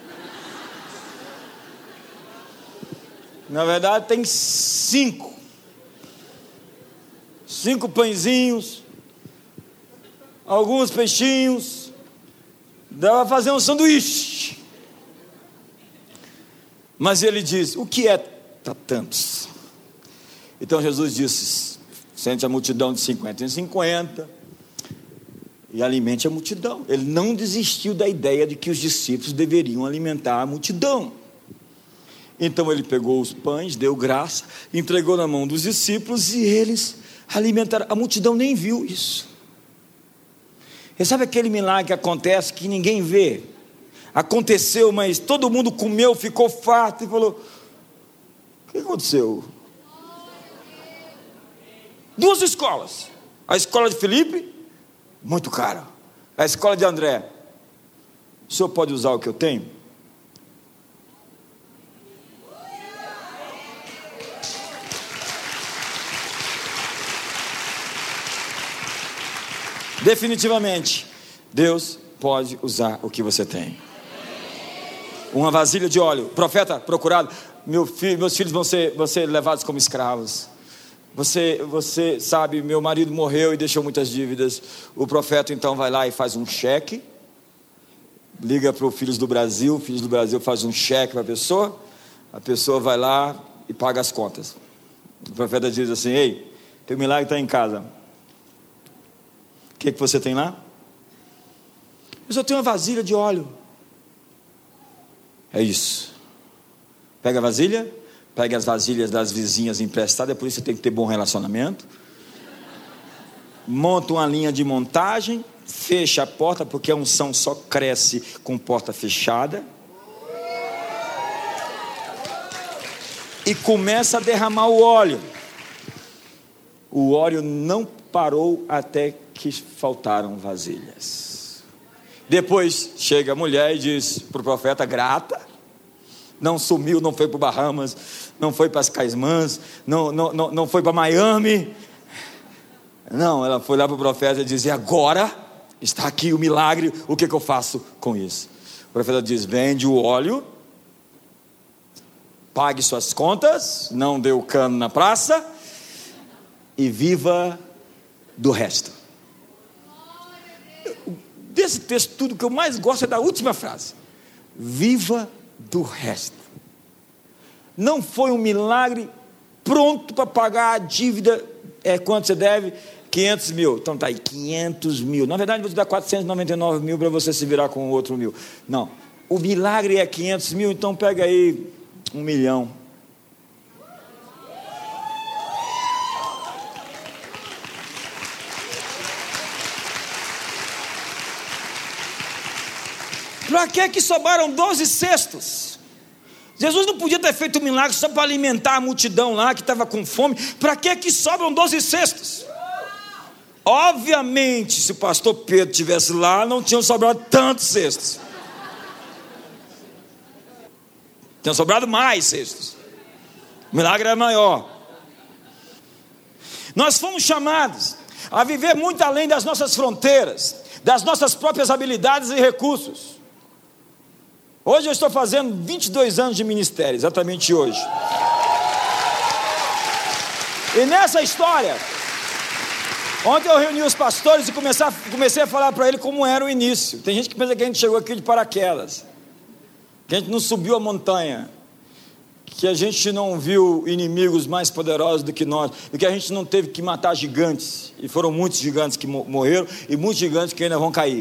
Na verdade tem cinco. Cinco pãezinhos, alguns peixinhos. Dá para fazer um sanduíche. Mas ele diz: o que é tantos? Então Jesus disse: sente a multidão de cinquenta em cinquenta e alimente a multidão. Ele não desistiu da ideia de que os discípulos deveriam alimentar a multidão. Então ele pegou os pães, deu graça, entregou na mão dos discípulos e eles alimentaram. A multidão nem viu isso. E sabe aquele milagre que acontece que ninguém vê? Aconteceu, mas todo mundo comeu, ficou farto e falou: o que aconteceu? Duas escolas. A escola de Filipe, muito cara. A escola de André: o senhor pode usar o que eu tenho? Definitivamente, Deus pode usar o que você tem. Uma vasilha de óleo. Profeta procurado: Meu filho, meus filhos vão ser, vão ser levados como escravos. Você, você sabe, meu marido morreu e deixou muitas dívidas. O profeta então vai lá e faz um cheque, liga para o Filhos do Brasil, o Filhos do Brasil faz um cheque para a pessoa, a pessoa vai lá e paga as contas. O profeta diz assim: ei, teu milagre está em casa. O que, que você tem lá? Eu só tenho uma vasilha de óleo. É isso. Pega a vasilha, pega as vasilhas das vizinhas emprestadas, é por isso que você tem que ter bom relacionamento. Monta uma linha de montagem, fecha a porta, porque a unção só cresce com porta fechada. E começa a derramar o óleo. O óleo não parou até que faltaram vasilhas. Depois chega a mulher e diz para o profeta, grata, não sumiu, não foi para o Bahamas, não foi para as Caimãs, não, não, não, não foi para Miami. Não, ela foi lá para o profeta e diz: e agora está aqui o milagre, o que, que eu faço com isso? O profeta diz: vende o óleo, pague suas contas, não dê o cano na praça e viva do resto. Desse texto tudo que eu mais gosto é da última frase: viva do resto. Não foi um milagre pronto para pagar a dívida. É quanto você deve? quinhentos mil. Então tá aí, quinhentos mil. Na verdade vou te dar quatrocentos e noventa e nove mil para você se virar com o outro mil. Não, o milagre é quinhentos mil, então pega aí um milhão. Para que que sobraram doze cestos? Jesus não podia ter feito um milagre só para alimentar a multidão lá que estava com fome. Para que que sobram doze cestos? Obviamente, se o pastor Pedro estivesse lá, não tinham sobrado tantos cestos. Tinham sobrado mais cestos. O milagre era maior. Nós fomos chamados a viver muito além das nossas fronteiras, das nossas próprias habilidades e recursos. Hoje eu estou fazendo vinte e dois anos de ministério, exatamente hoje. E nessa história, ontem eu reuni os pastores e comecei a, comecei a falar para eles como era o início. Tem gente que pensa que a gente chegou aqui de paraquedas, que a gente não subiu a montanha, que a gente não viu inimigos mais poderosos do que nós, e que a gente não teve que matar gigantes, e foram muitos gigantes que morreram, e muitos gigantes que ainda vão cair.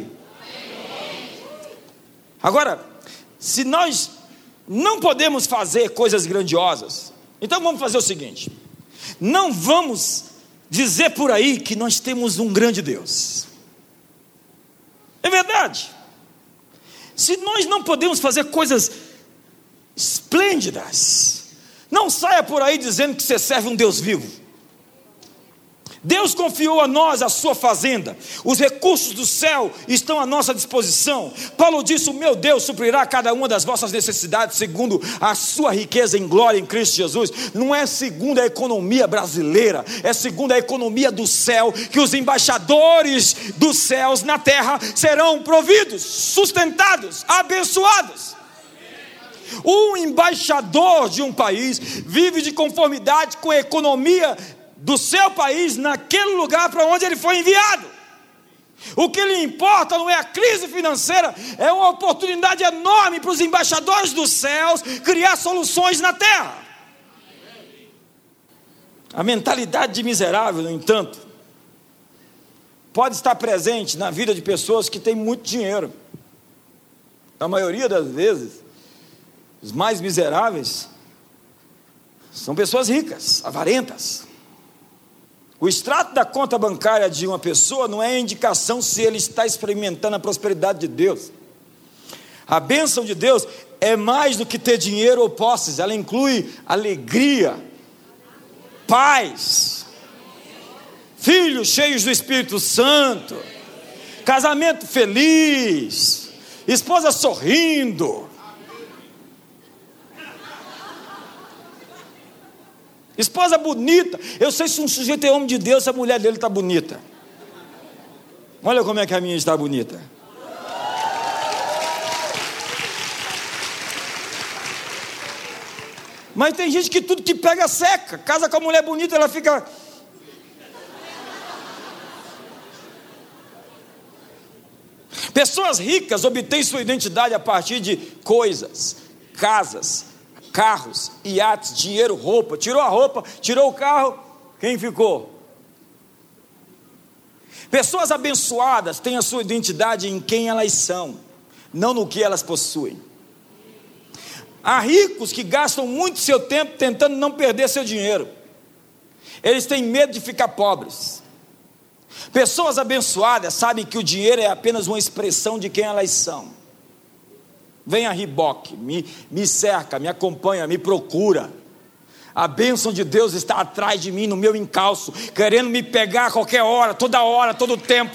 Agora, se nós não podemos fazer coisas grandiosas, então vamos fazer o seguinte: não vamos dizer por aí que nós temos um grande Deus. É verdade. Se nós não podemos fazer coisas esplêndidas, não saia por aí dizendo que você serve um Deus vivo. Deus confiou a nós a sua fazenda, os recursos do céu estão à nossa disposição. Paulo disse: o meu Deus suprirá cada uma das vossas necessidades segundo a sua riqueza em glória em Cristo Jesus. Não é segundo a economia brasileira, é segundo a economia do céu, que os embaixadores dos céus na terra serão providos, sustentados, abençoados. Um embaixador de um país vive de conformidade com a economia do seu país naquele lugar para onde ele foi enviado. O que lhe importa não é a crise financeira, é uma oportunidade enorme para os embaixadores dos céus criar soluções na terra. A mentalidade de miserável, no entanto, pode estar presente na vida de pessoas que têm muito dinheiro. Na maioria das vezes, os mais miseráveis são pessoas ricas, avarentas. O extrato da conta bancária de uma pessoa não é indicação se ele está experimentando a prosperidade de Deus. A bênção de Deus é mais do que ter dinheiro ou posses, ela inclui alegria, paz, filhos cheios do Espírito Santo, casamento feliz, esposa sorrindo, esposa bonita. Eu sei se um sujeito é homem de Deus, se a mulher dele está bonita. Olha como é que a minha está bonita. Mas tem gente que tudo que pega seca. Casa com a mulher bonita, ela fica Pessoas ricas obtêm sua identidade a partir de coisas, casas, carros, iates, dinheiro, roupa. Tirou a roupa, tirou o carro, quem ficou? Pessoas abençoadas têm a sua identidade em quem elas são, não no que elas possuem. Há ricos que gastam muito seu tempo tentando não perder seu dinheiro. Eles têm medo de ficar pobres. Pessoas abençoadas sabem que o dinheiro é apenas uma expressão de quem elas são. Vem a Reebok, me, me cerca, me acompanha, me procura. A bênção de Deus está atrás de mim, no meu encalço, querendo me pegar a qualquer hora, toda hora, todo tempo.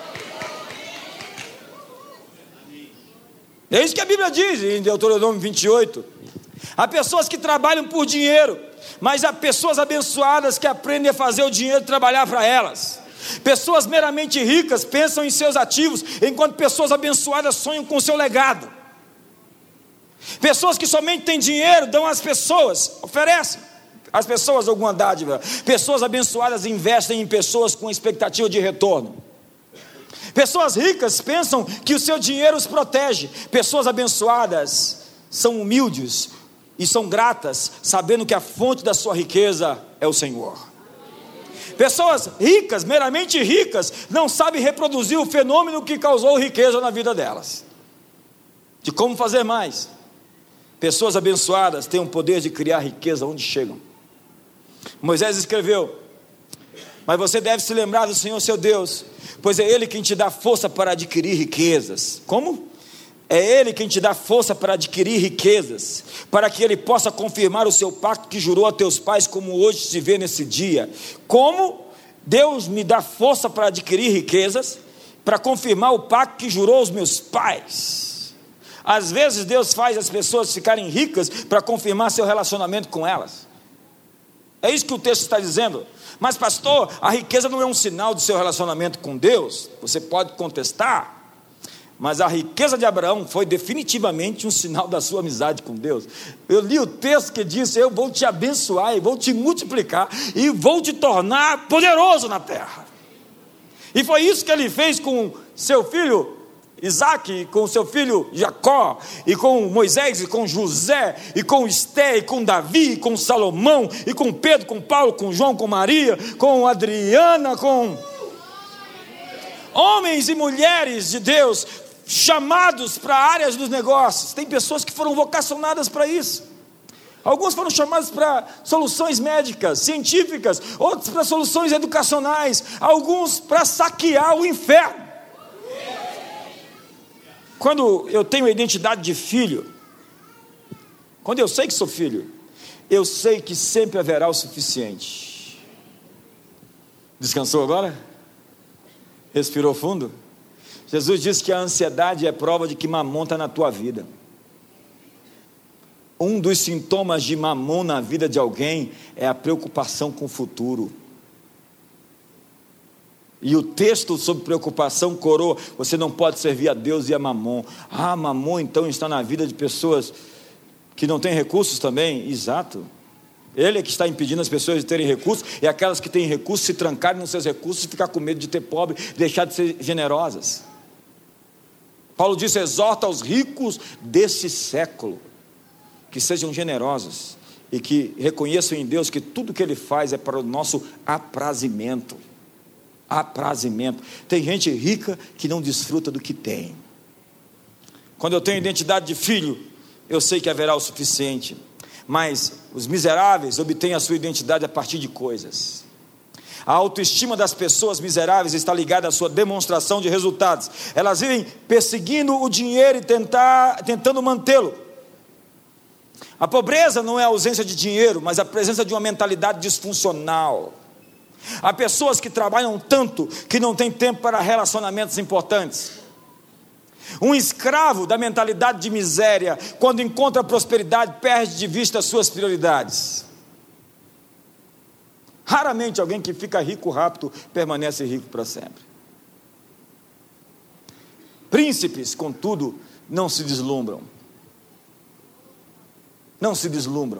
É isso que a Bíblia diz em Deuteronômio vinte e oito. Há pessoas que trabalham por dinheiro, mas há pessoas abençoadas que aprendem a fazer o dinheiro trabalhar para elas. Pessoas meramente ricas pensam em seus ativos, enquanto pessoas abençoadas sonham com o seu legado. Pessoas que somente têm dinheiro dão às pessoas, oferecem às pessoas alguma dádiva. Pessoas abençoadas investem em pessoas com expectativa de retorno. Pessoas ricas pensam que o seu dinheiro os protege. Pessoas abençoadas são humildes e são gratas, sabendo que a fonte da sua riqueza é o Senhor. Pessoas ricas, meramente ricas, não sabem reproduzir o fenômeno que causou riqueza na vida delas, de como fazer mais. Pessoas abençoadas têm o poder de criar riqueza onde chegam. Moisés escreveu: mas você deve se lembrar do Senhor seu Deus, pois é Ele quem te dá força para adquirir riquezas. Como? É Ele quem te dá força para adquirir riquezas, para que Ele possa confirmar o seu pacto que jurou a teus pais, como hoje se vê nesse dia. Como? Deus me dá força para adquirir riquezas, para confirmar o pacto que jurou aos meus pais. Às vezes Deus faz as pessoas ficarem ricas para confirmar seu relacionamento com elas. É isso que o texto está dizendo. Mas pastor, a riqueza não é um sinal do seu relacionamento com Deus? Você pode contestar, mas a riqueza de Abraão foi definitivamente um sinal da sua amizade com Deus. Eu li o texto que diz: eu vou te abençoar, e vou te multiplicar, e vou te tornar poderoso na terra. E foi isso que ele fez com seu filho Isaac, com seu filho Jacó, e com Moisés, e com José, e com Esté, e com Davi, e com Salomão, e com Pedro, com Paulo, com João, com Maria, com Adriana, com homens e mulheres de Deus, chamados para áreas dos negócios. Tem pessoas que foram vocacionadas para isso. Alguns foram chamados para soluções médicas, científicas, outros para soluções educacionais, alguns para saquear o inferno. Quando eu tenho a identidade de filho, quando eu sei que sou filho, eu sei que sempre haverá o suficiente. Descansou agora? Respirou fundo? Jesus disse que a ansiedade é prova de que mamon está na tua vida. Um dos sintomas de mamon na vida de alguém é a preocupação com o futuro. E o texto sobre preocupação coroa: você não pode servir a Deus e a mamon. Ah, mamon então está na vida de pessoas que não têm recursos também? Exato. Ele é que está impedindo as pessoas de terem recursos, e aquelas que têm recursos se trancarem nos seus recursos e ficar com medo de ter pobre, deixar de ser generosas. Paulo disse: exorta aos ricos desse século que sejam generosos e que reconheçam em Deus que tudo que Ele faz é para o nosso aprazimento. Aprazimento. Tem gente rica que não desfruta do que tem. Quando eu tenho identidade de filho, eu sei que haverá o suficiente. Mas os miseráveis obtêm a sua identidade a partir de coisas. A autoestima das pessoas miseráveis está ligada à sua demonstração de resultados. Elas vivem perseguindo o dinheiro e tentar, tentando mantê-lo. A pobreza não é a ausência de dinheiro, mas a presença de uma mentalidade disfuncional. Há pessoas que trabalham tanto que não têm tempo para relacionamentos importantes. Um escravo da mentalidade de miséria, quando encontra prosperidade, perde de vista as suas prioridades. Raramente alguém que fica rico rápido permanece rico para sempre. Príncipes, contudo, não se deslumbram. Não se deslumbram.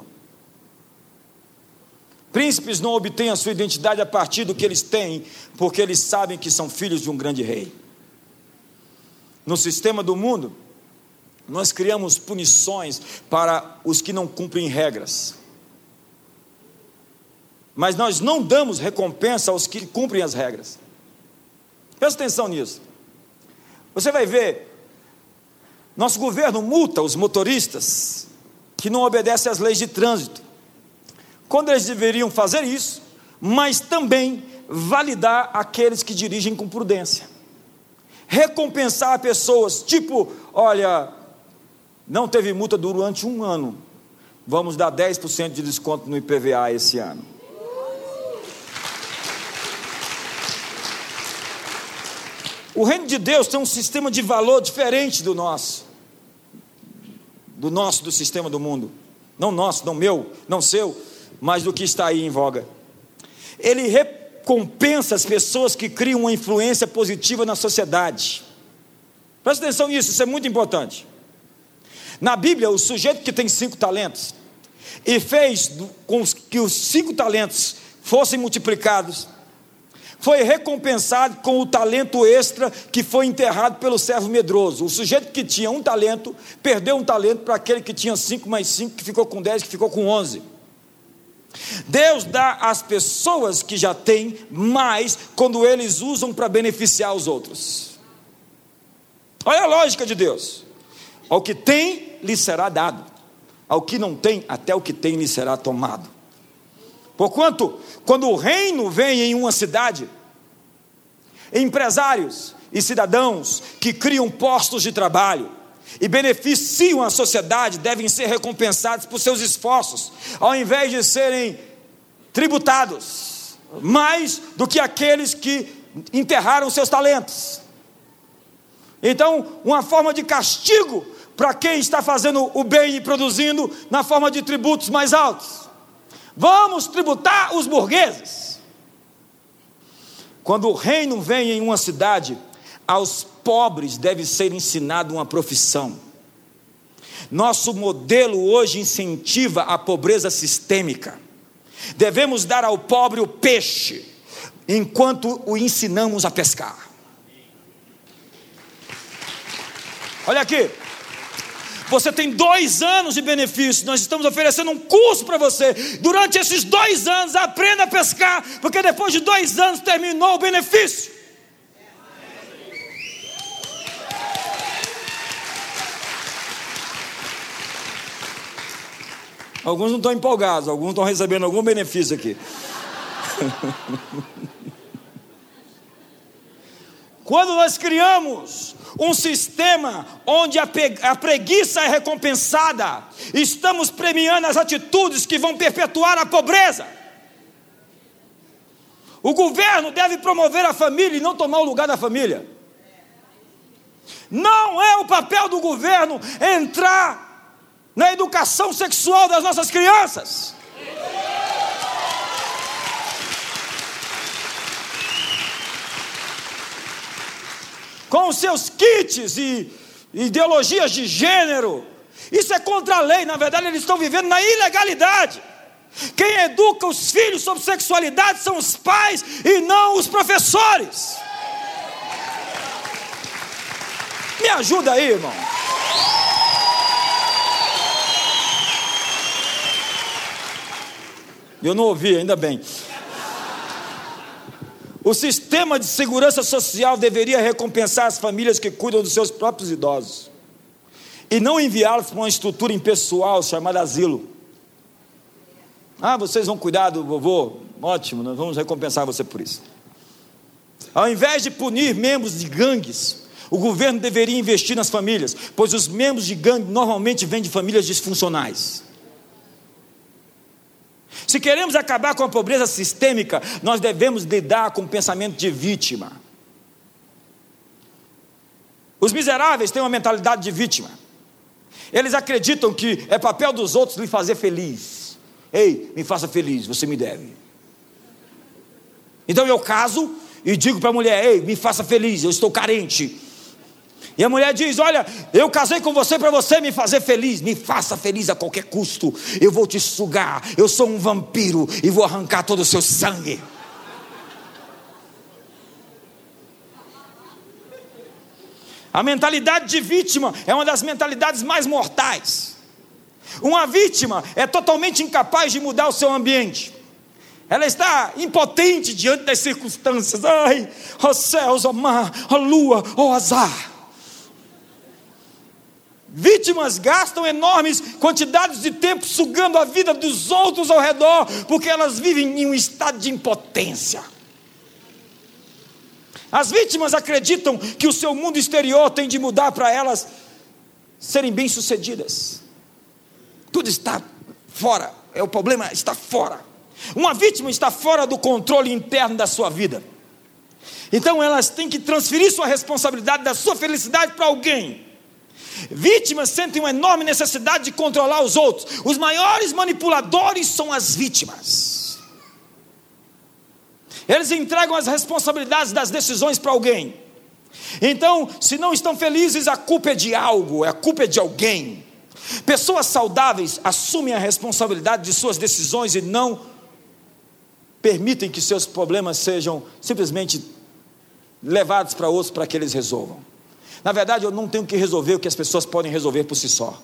Príncipes não obtêm a sua identidade a partir do que eles têm, porque eles sabem que são filhos de um grande rei. no sistema do mundo, nós criamos punições para os que não cumprem regras. Mas nós não damos recompensa aos que cumprem as regras. Presta atenção nisso. Você vai ver, nosso governo multa os motoristas que não obedecem às leis de trânsito, quando eles deveriam fazer isso, mas também validar aqueles que dirigem com prudência, recompensar pessoas, tipo, olha, não teve multa durante um ano, vamos dar dez por cento de desconto no I P V A esse ano. O reino de Deus tem um sistema de valor diferente do nosso, do nosso, do sistema do mundo, não nosso, não meu, não seu, mas do que está aí em voga. Ele recompensa as pessoas que criam uma influência positiva na sociedade. Presta atenção nisso, isso é muito importante. Na Bíblia, o sujeito que tem cinco talentos e fez com que os cinco talentos fossem multiplicados, foi recompensado com o talento extra que foi enterrado pelo servo medroso. O sujeito que tinha um talento, perdeu um talento para aquele que tinha cinco mais cinco, que ficou com dez, que ficou com onze. Deus dá às pessoas que já têm mais, quando eles usam para beneficiar os outros. Olha a lógica de Deus. Ao que tem, lhe será dado. Ao que não tem, até o que tem lhe será tomado. Porquanto, quando o reino vem em uma cidade, empresários e cidadãos que criam postos de trabalho e beneficiam a sociedade devem ser recompensados por seus esforços, ao invés de serem tributados mais do que aqueles que enterraram seus talentos. Então, uma forma de castigo para quem está fazendo o bem e produzindo, na forma de tributos mais altos. Vamos tributar os burgueses. Quando o reino vem em uma cidade, aos pobres deve ser ensinado uma profissão. Nosso modelo hoje incentiva a pobreza sistêmica. Devemos dar ao pobre o peixe, enquanto o ensinamos a pescar. Olha aqui. Você tem dois anos de benefício. Nós estamos oferecendo um curso para você. Durante esses dois anos, aprenda a pescar, porque depois de dois anos terminou o benefício. Alguns não estão empolgados, alguns estão recebendo algum benefício aqui. Quando nós criamos um sistema onde a, pe- a preguiça é recompensada, estamos premiando as atitudes que vão perpetuar a pobreza. O governo deve promover a família e não tomar o lugar da família. Não é o papel do governo entrar na educação sexual das nossas crianças. Com os seus kits e ideologias de gênero. Isso é contra a lei. Na verdade, eles estão vivendo na ilegalidade. Quem educa os filhos sobre sexualidade são os pais e não os professores. Me ajuda aí, irmão. Eu não ouvi, ainda bem. O sistema de segurança social deveria recompensar as famílias que cuidam dos seus próprios idosos e não enviá-los para uma estrutura impessoal chamada asilo. Ah, vocês vão cuidar do vovô? Ótimo, nós vamos recompensar você por isso. Ao invés de punir membros de gangues, o governo deveria investir nas famílias, pois os membros de gangue normalmente vêm de famílias disfuncionais. Se queremos acabar com a pobreza sistêmica, nós devemos lidar com o pensamento de vítima. Os miseráveis têm uma mentalidade de vítima. Eles acreditam que é papel dos outros lhe fazer feliz. Ei, me faça feliz, você me deve. Então eu caso e digo para a mulher: ei, me faça feliz, eu estou carente. E a mulher diz: olha, eu casei com você para você me fazer feliz. Me faça feliz a qualquer custo. Eu vou te sugar. Eu sou um vampiro e vou arrancar todo o seu sangue. A mentalidade de vítima é uma das mentalidades mais mortais. Uma vítima é totalmente incapaz de mudar o seu ambiente. Ela está impotente diante das circunstâncias. Ai, ó céus, ó mar, ó lua, ó azar. Vítimas gastam enormes quantidades de tempo sugando a vida dos outros ao redor, porque elas vivem em um estado de impotência. As vítimas acreditam que o seu mundo exterior tem de mudar para elas serem bem-sucedidas. Tudo está fora, é o problema está fora. Uma vítima está fora do controle interno da sua vida. Então elas têm que transferir sua responsabilidade da sua felicidade para alguém. Vítimas sentem uma enorme necessidade de controlar os outros. Os maiores manipuladores são as vítimas. Eles entregam as responsabilidades das decisões para alguém. Então, se não estão felizes, a culpa é de algo, a culpa é de alguém. Pessoas saudáveis assumem a responsabilidade de suas decisões e não permitem que seus problemas sejam simplesmente levados para outros para que eles resolvam. Na verdade, eu não tenho que resolver o que as pessoas podem resolver por si só.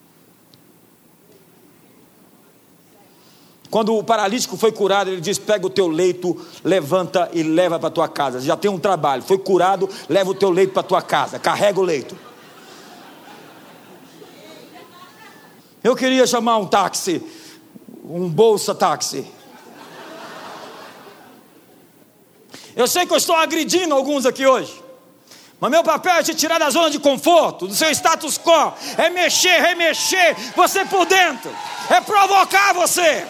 Quando o paralítico foi curado, ele diz: pega o teu leito, levanta e leva para a tua casa. Já tem um trabalho, foi curado, leva o teu leito para a tua casa, carrega o leito. Eu queria chamar um táxi, um bolsa táxi. Eu sei que eu estou agredindo alguns aqui hoje, mas meu papel é te tirar da zona de conforto, do seu status quo, é mexer, remexer você por dentro, é provocar você.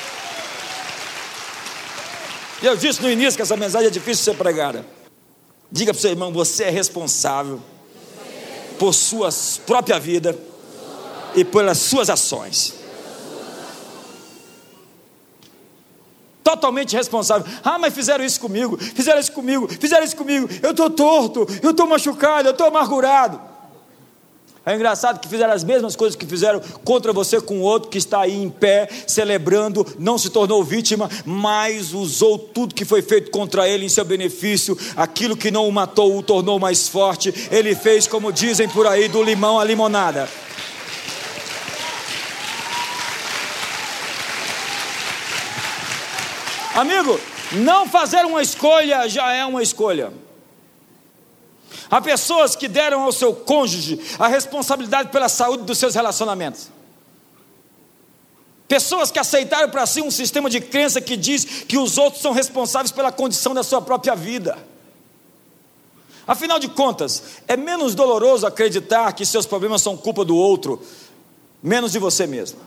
Eu disse no início que essa mensagem é difícil de ser pregada. Diga para o seu irmão: você é responsável por sua própria vida e pelas suas ações. Totalmente responsável. Ah, mas fizeram isso comigo, fizeram isso comigo, fizeram isso comigo. Eu estou torto, eu estou machucado, eu estou amargurado. É engraçado que fizeram as mesmas coisas que fizeram contra você com o outro que está aí em pé, celebrando, não se tornou vítima, mas usou tudo que foi feito contra ele em seu benefício. Aquilo que não o matou o tornou mais forte. Ele fez, como dizem por aí, do limão à limonada. Amigo, não fazer uma escolha já é uma escolha. Há pessoas que deram ao seu cônjuge a responsabilidade pela saúde dos seus relacionamentos. Pessoas que aceitaram para si um sistema de crença que diz que os outros são responsáveis pela condição da sua própria vida. Afinal de contas, é menos doloroso acreditar que seus problemas são culpa do outro, menos de você mesmo.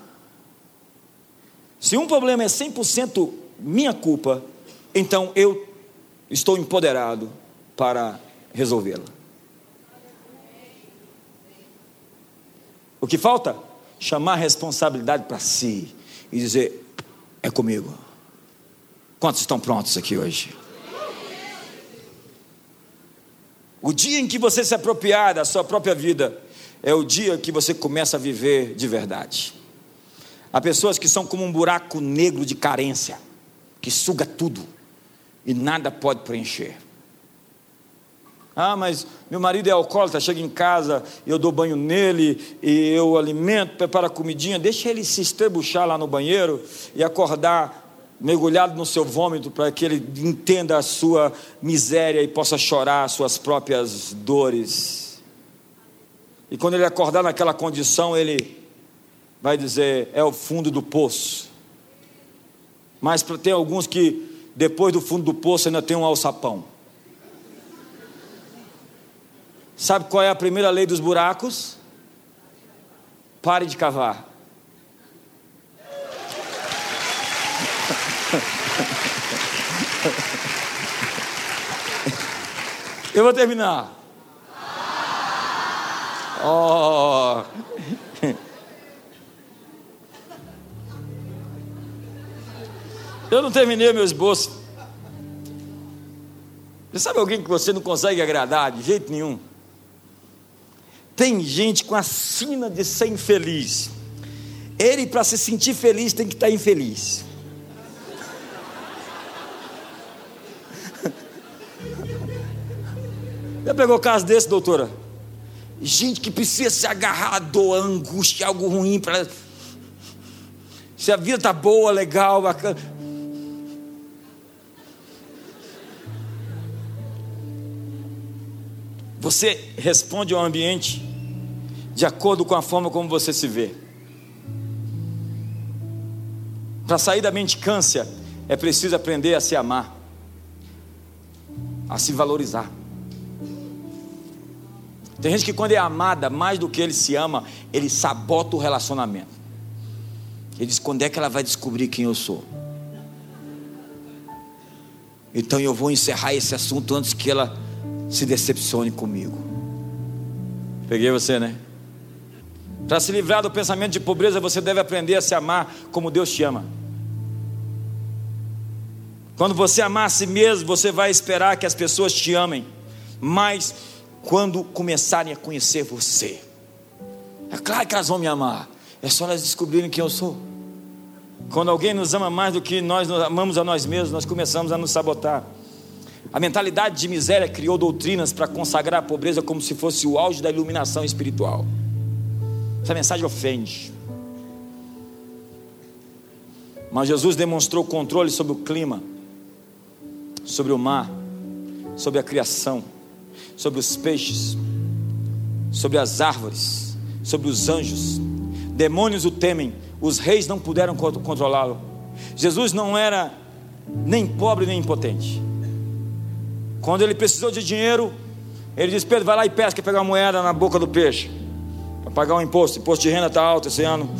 Se um problema é cem por cento minha culpa, então eu estou empoderado para resolvê-la. O que falta? Chamar a responsabilidade para si e dizer: é comigo. Quantos estão prontos aqui hoje? O dia em que você se apropriar da sua própria vida é o dia que você começa a viver de verdade. Há pessoas que são como um buraco negro de carência, que suga tudo e nada pode preencher. Ah, mas meu marido é alcoólatra, chega em casa, eu dou banho nele, e eu alimento, preparo a comidinha, deixa ele se estrebuchar lá no banheiro e acordar mergulhado no seu vômito, para que ele entenda a sua miséria e possa chorar as suas próprias dores. E quando ele acordar naquela condição, ele vai dizer: é o fundo do poço. Mas tem alguns que depois do fundo do poço ainda tem um alçapão. Sabe qual é a primeira lei dos buracos? Pare de cavar. Eu vou terminar. Oh. Eu não terminei meu esboço. Você sabe alguém que você não consegue agradar de jeito nenhum? Tem gente com a sina de ser infeliz. Ele, para se sentir feliz, tem que estar infeliz. Já pegou caso desse, doutora? gente que precisa se agarrar à dor, à angústia, algo ruim para... Se a vida está boa, legal, bacana. Você responde ao ambiente de acordo com a forma como você se vê. Para sair da mendicância, é preciso aprender a se amar, a se valorizar. Tem gente que quando é amada, mais do que ele se ama, ele sabota o relacionamento. Ele diz, quando é que ela vai descobrir quem eu sou? Então eu vou encerrar esse assunto antes que ela se decepcione comigo. Peguei você, né? Para se livrar do pensamento de pobreza, você deve aprender a se amar como Deus te ama. Quando você amar a si mesmo, você vai esperar que as pessoas te amem. Mas quando começarem a conhecer você, é claro que elas vão me amar. É só elas descobrirem quem eu sou. Quando alguém nos ama mais do que nós nos amamos a nós mesmos, nós começamos a nos sabotar. A mentalidade de miséria criou doutrinas para consagrar a pobreza como se fosse o auge da iluminação espiritual. Essa mensagem ofende. Mas Jesus demonstrou controle sobre o clima, sobre o mar, sobre a criação, sobre os peixes, sobre as árvores, sobre os anjos. Demônios o temem, os reis não puderam controlá-lo. Jesus não era nem pobre nem impotente. Quando ele precisou de dinheiro, ele disse, Pedro, vai lá e pesca e pega uma moeda na boca do peixe para pagar o imposto. O imposto de renda está alto esse ano.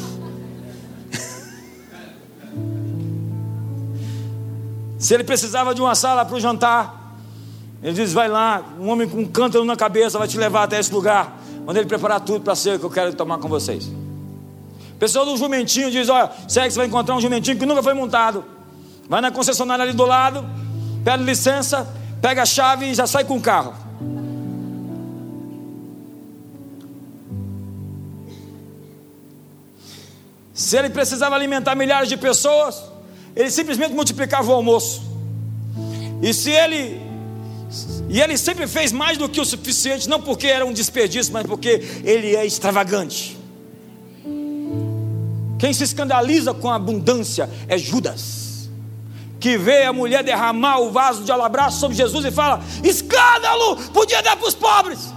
Se ele precisava de uma sala para o jantar, ele diz, vai lá, um homem com um cântaro na cabeça vai te levar até esse lugar, onde ele preparar tudo para ser o que eu quero tomar com vocês. Pessoa do jumentinho diz, olha, segue, você vai encontrar um jumentinho que nunca foi montado. Vai na concessionária ali do lado, pede licença, pega a chave e já sai com o carro. Se ele precisava alimentar milhares de pessoas, ele simplesmente multiplicava o almoço. E se ele E ele sempre fez mais do que o suficiente, não porque era um desperdício, mas porque ele é extravagante. Quem se escandaliza com a abundância é Judas, que vê a mulher derramar o vaso de alabastro sobre Jesus e fala, escândalo, podia dar para os pobres.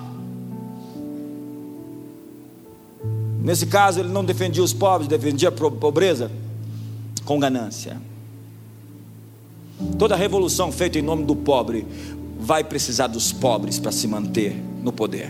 Nesse caso ele não defendia os pobres, defendia a pobreza com ganância. Toda revolução feita em nome do pobre vai precisar dos pobres para se manter no poder.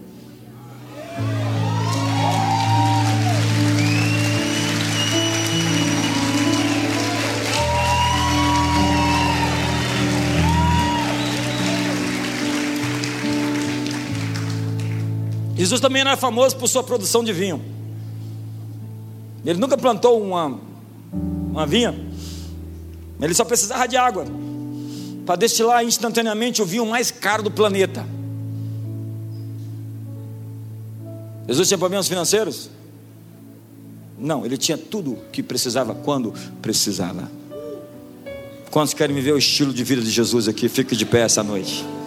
Jesus também era famoso por sua produção de vinho. Ele nunca plantou uma, uma vinha. Ele só precisava de água para destilar instantaneamente o vinho mais caro do planeta. Jesus tinha problemas financeiros? Não, ele tinha tudo o que precisava quando precisava. Quantos querem viver o estilo de vida de Jesus aqui? Fique de pé essa noite.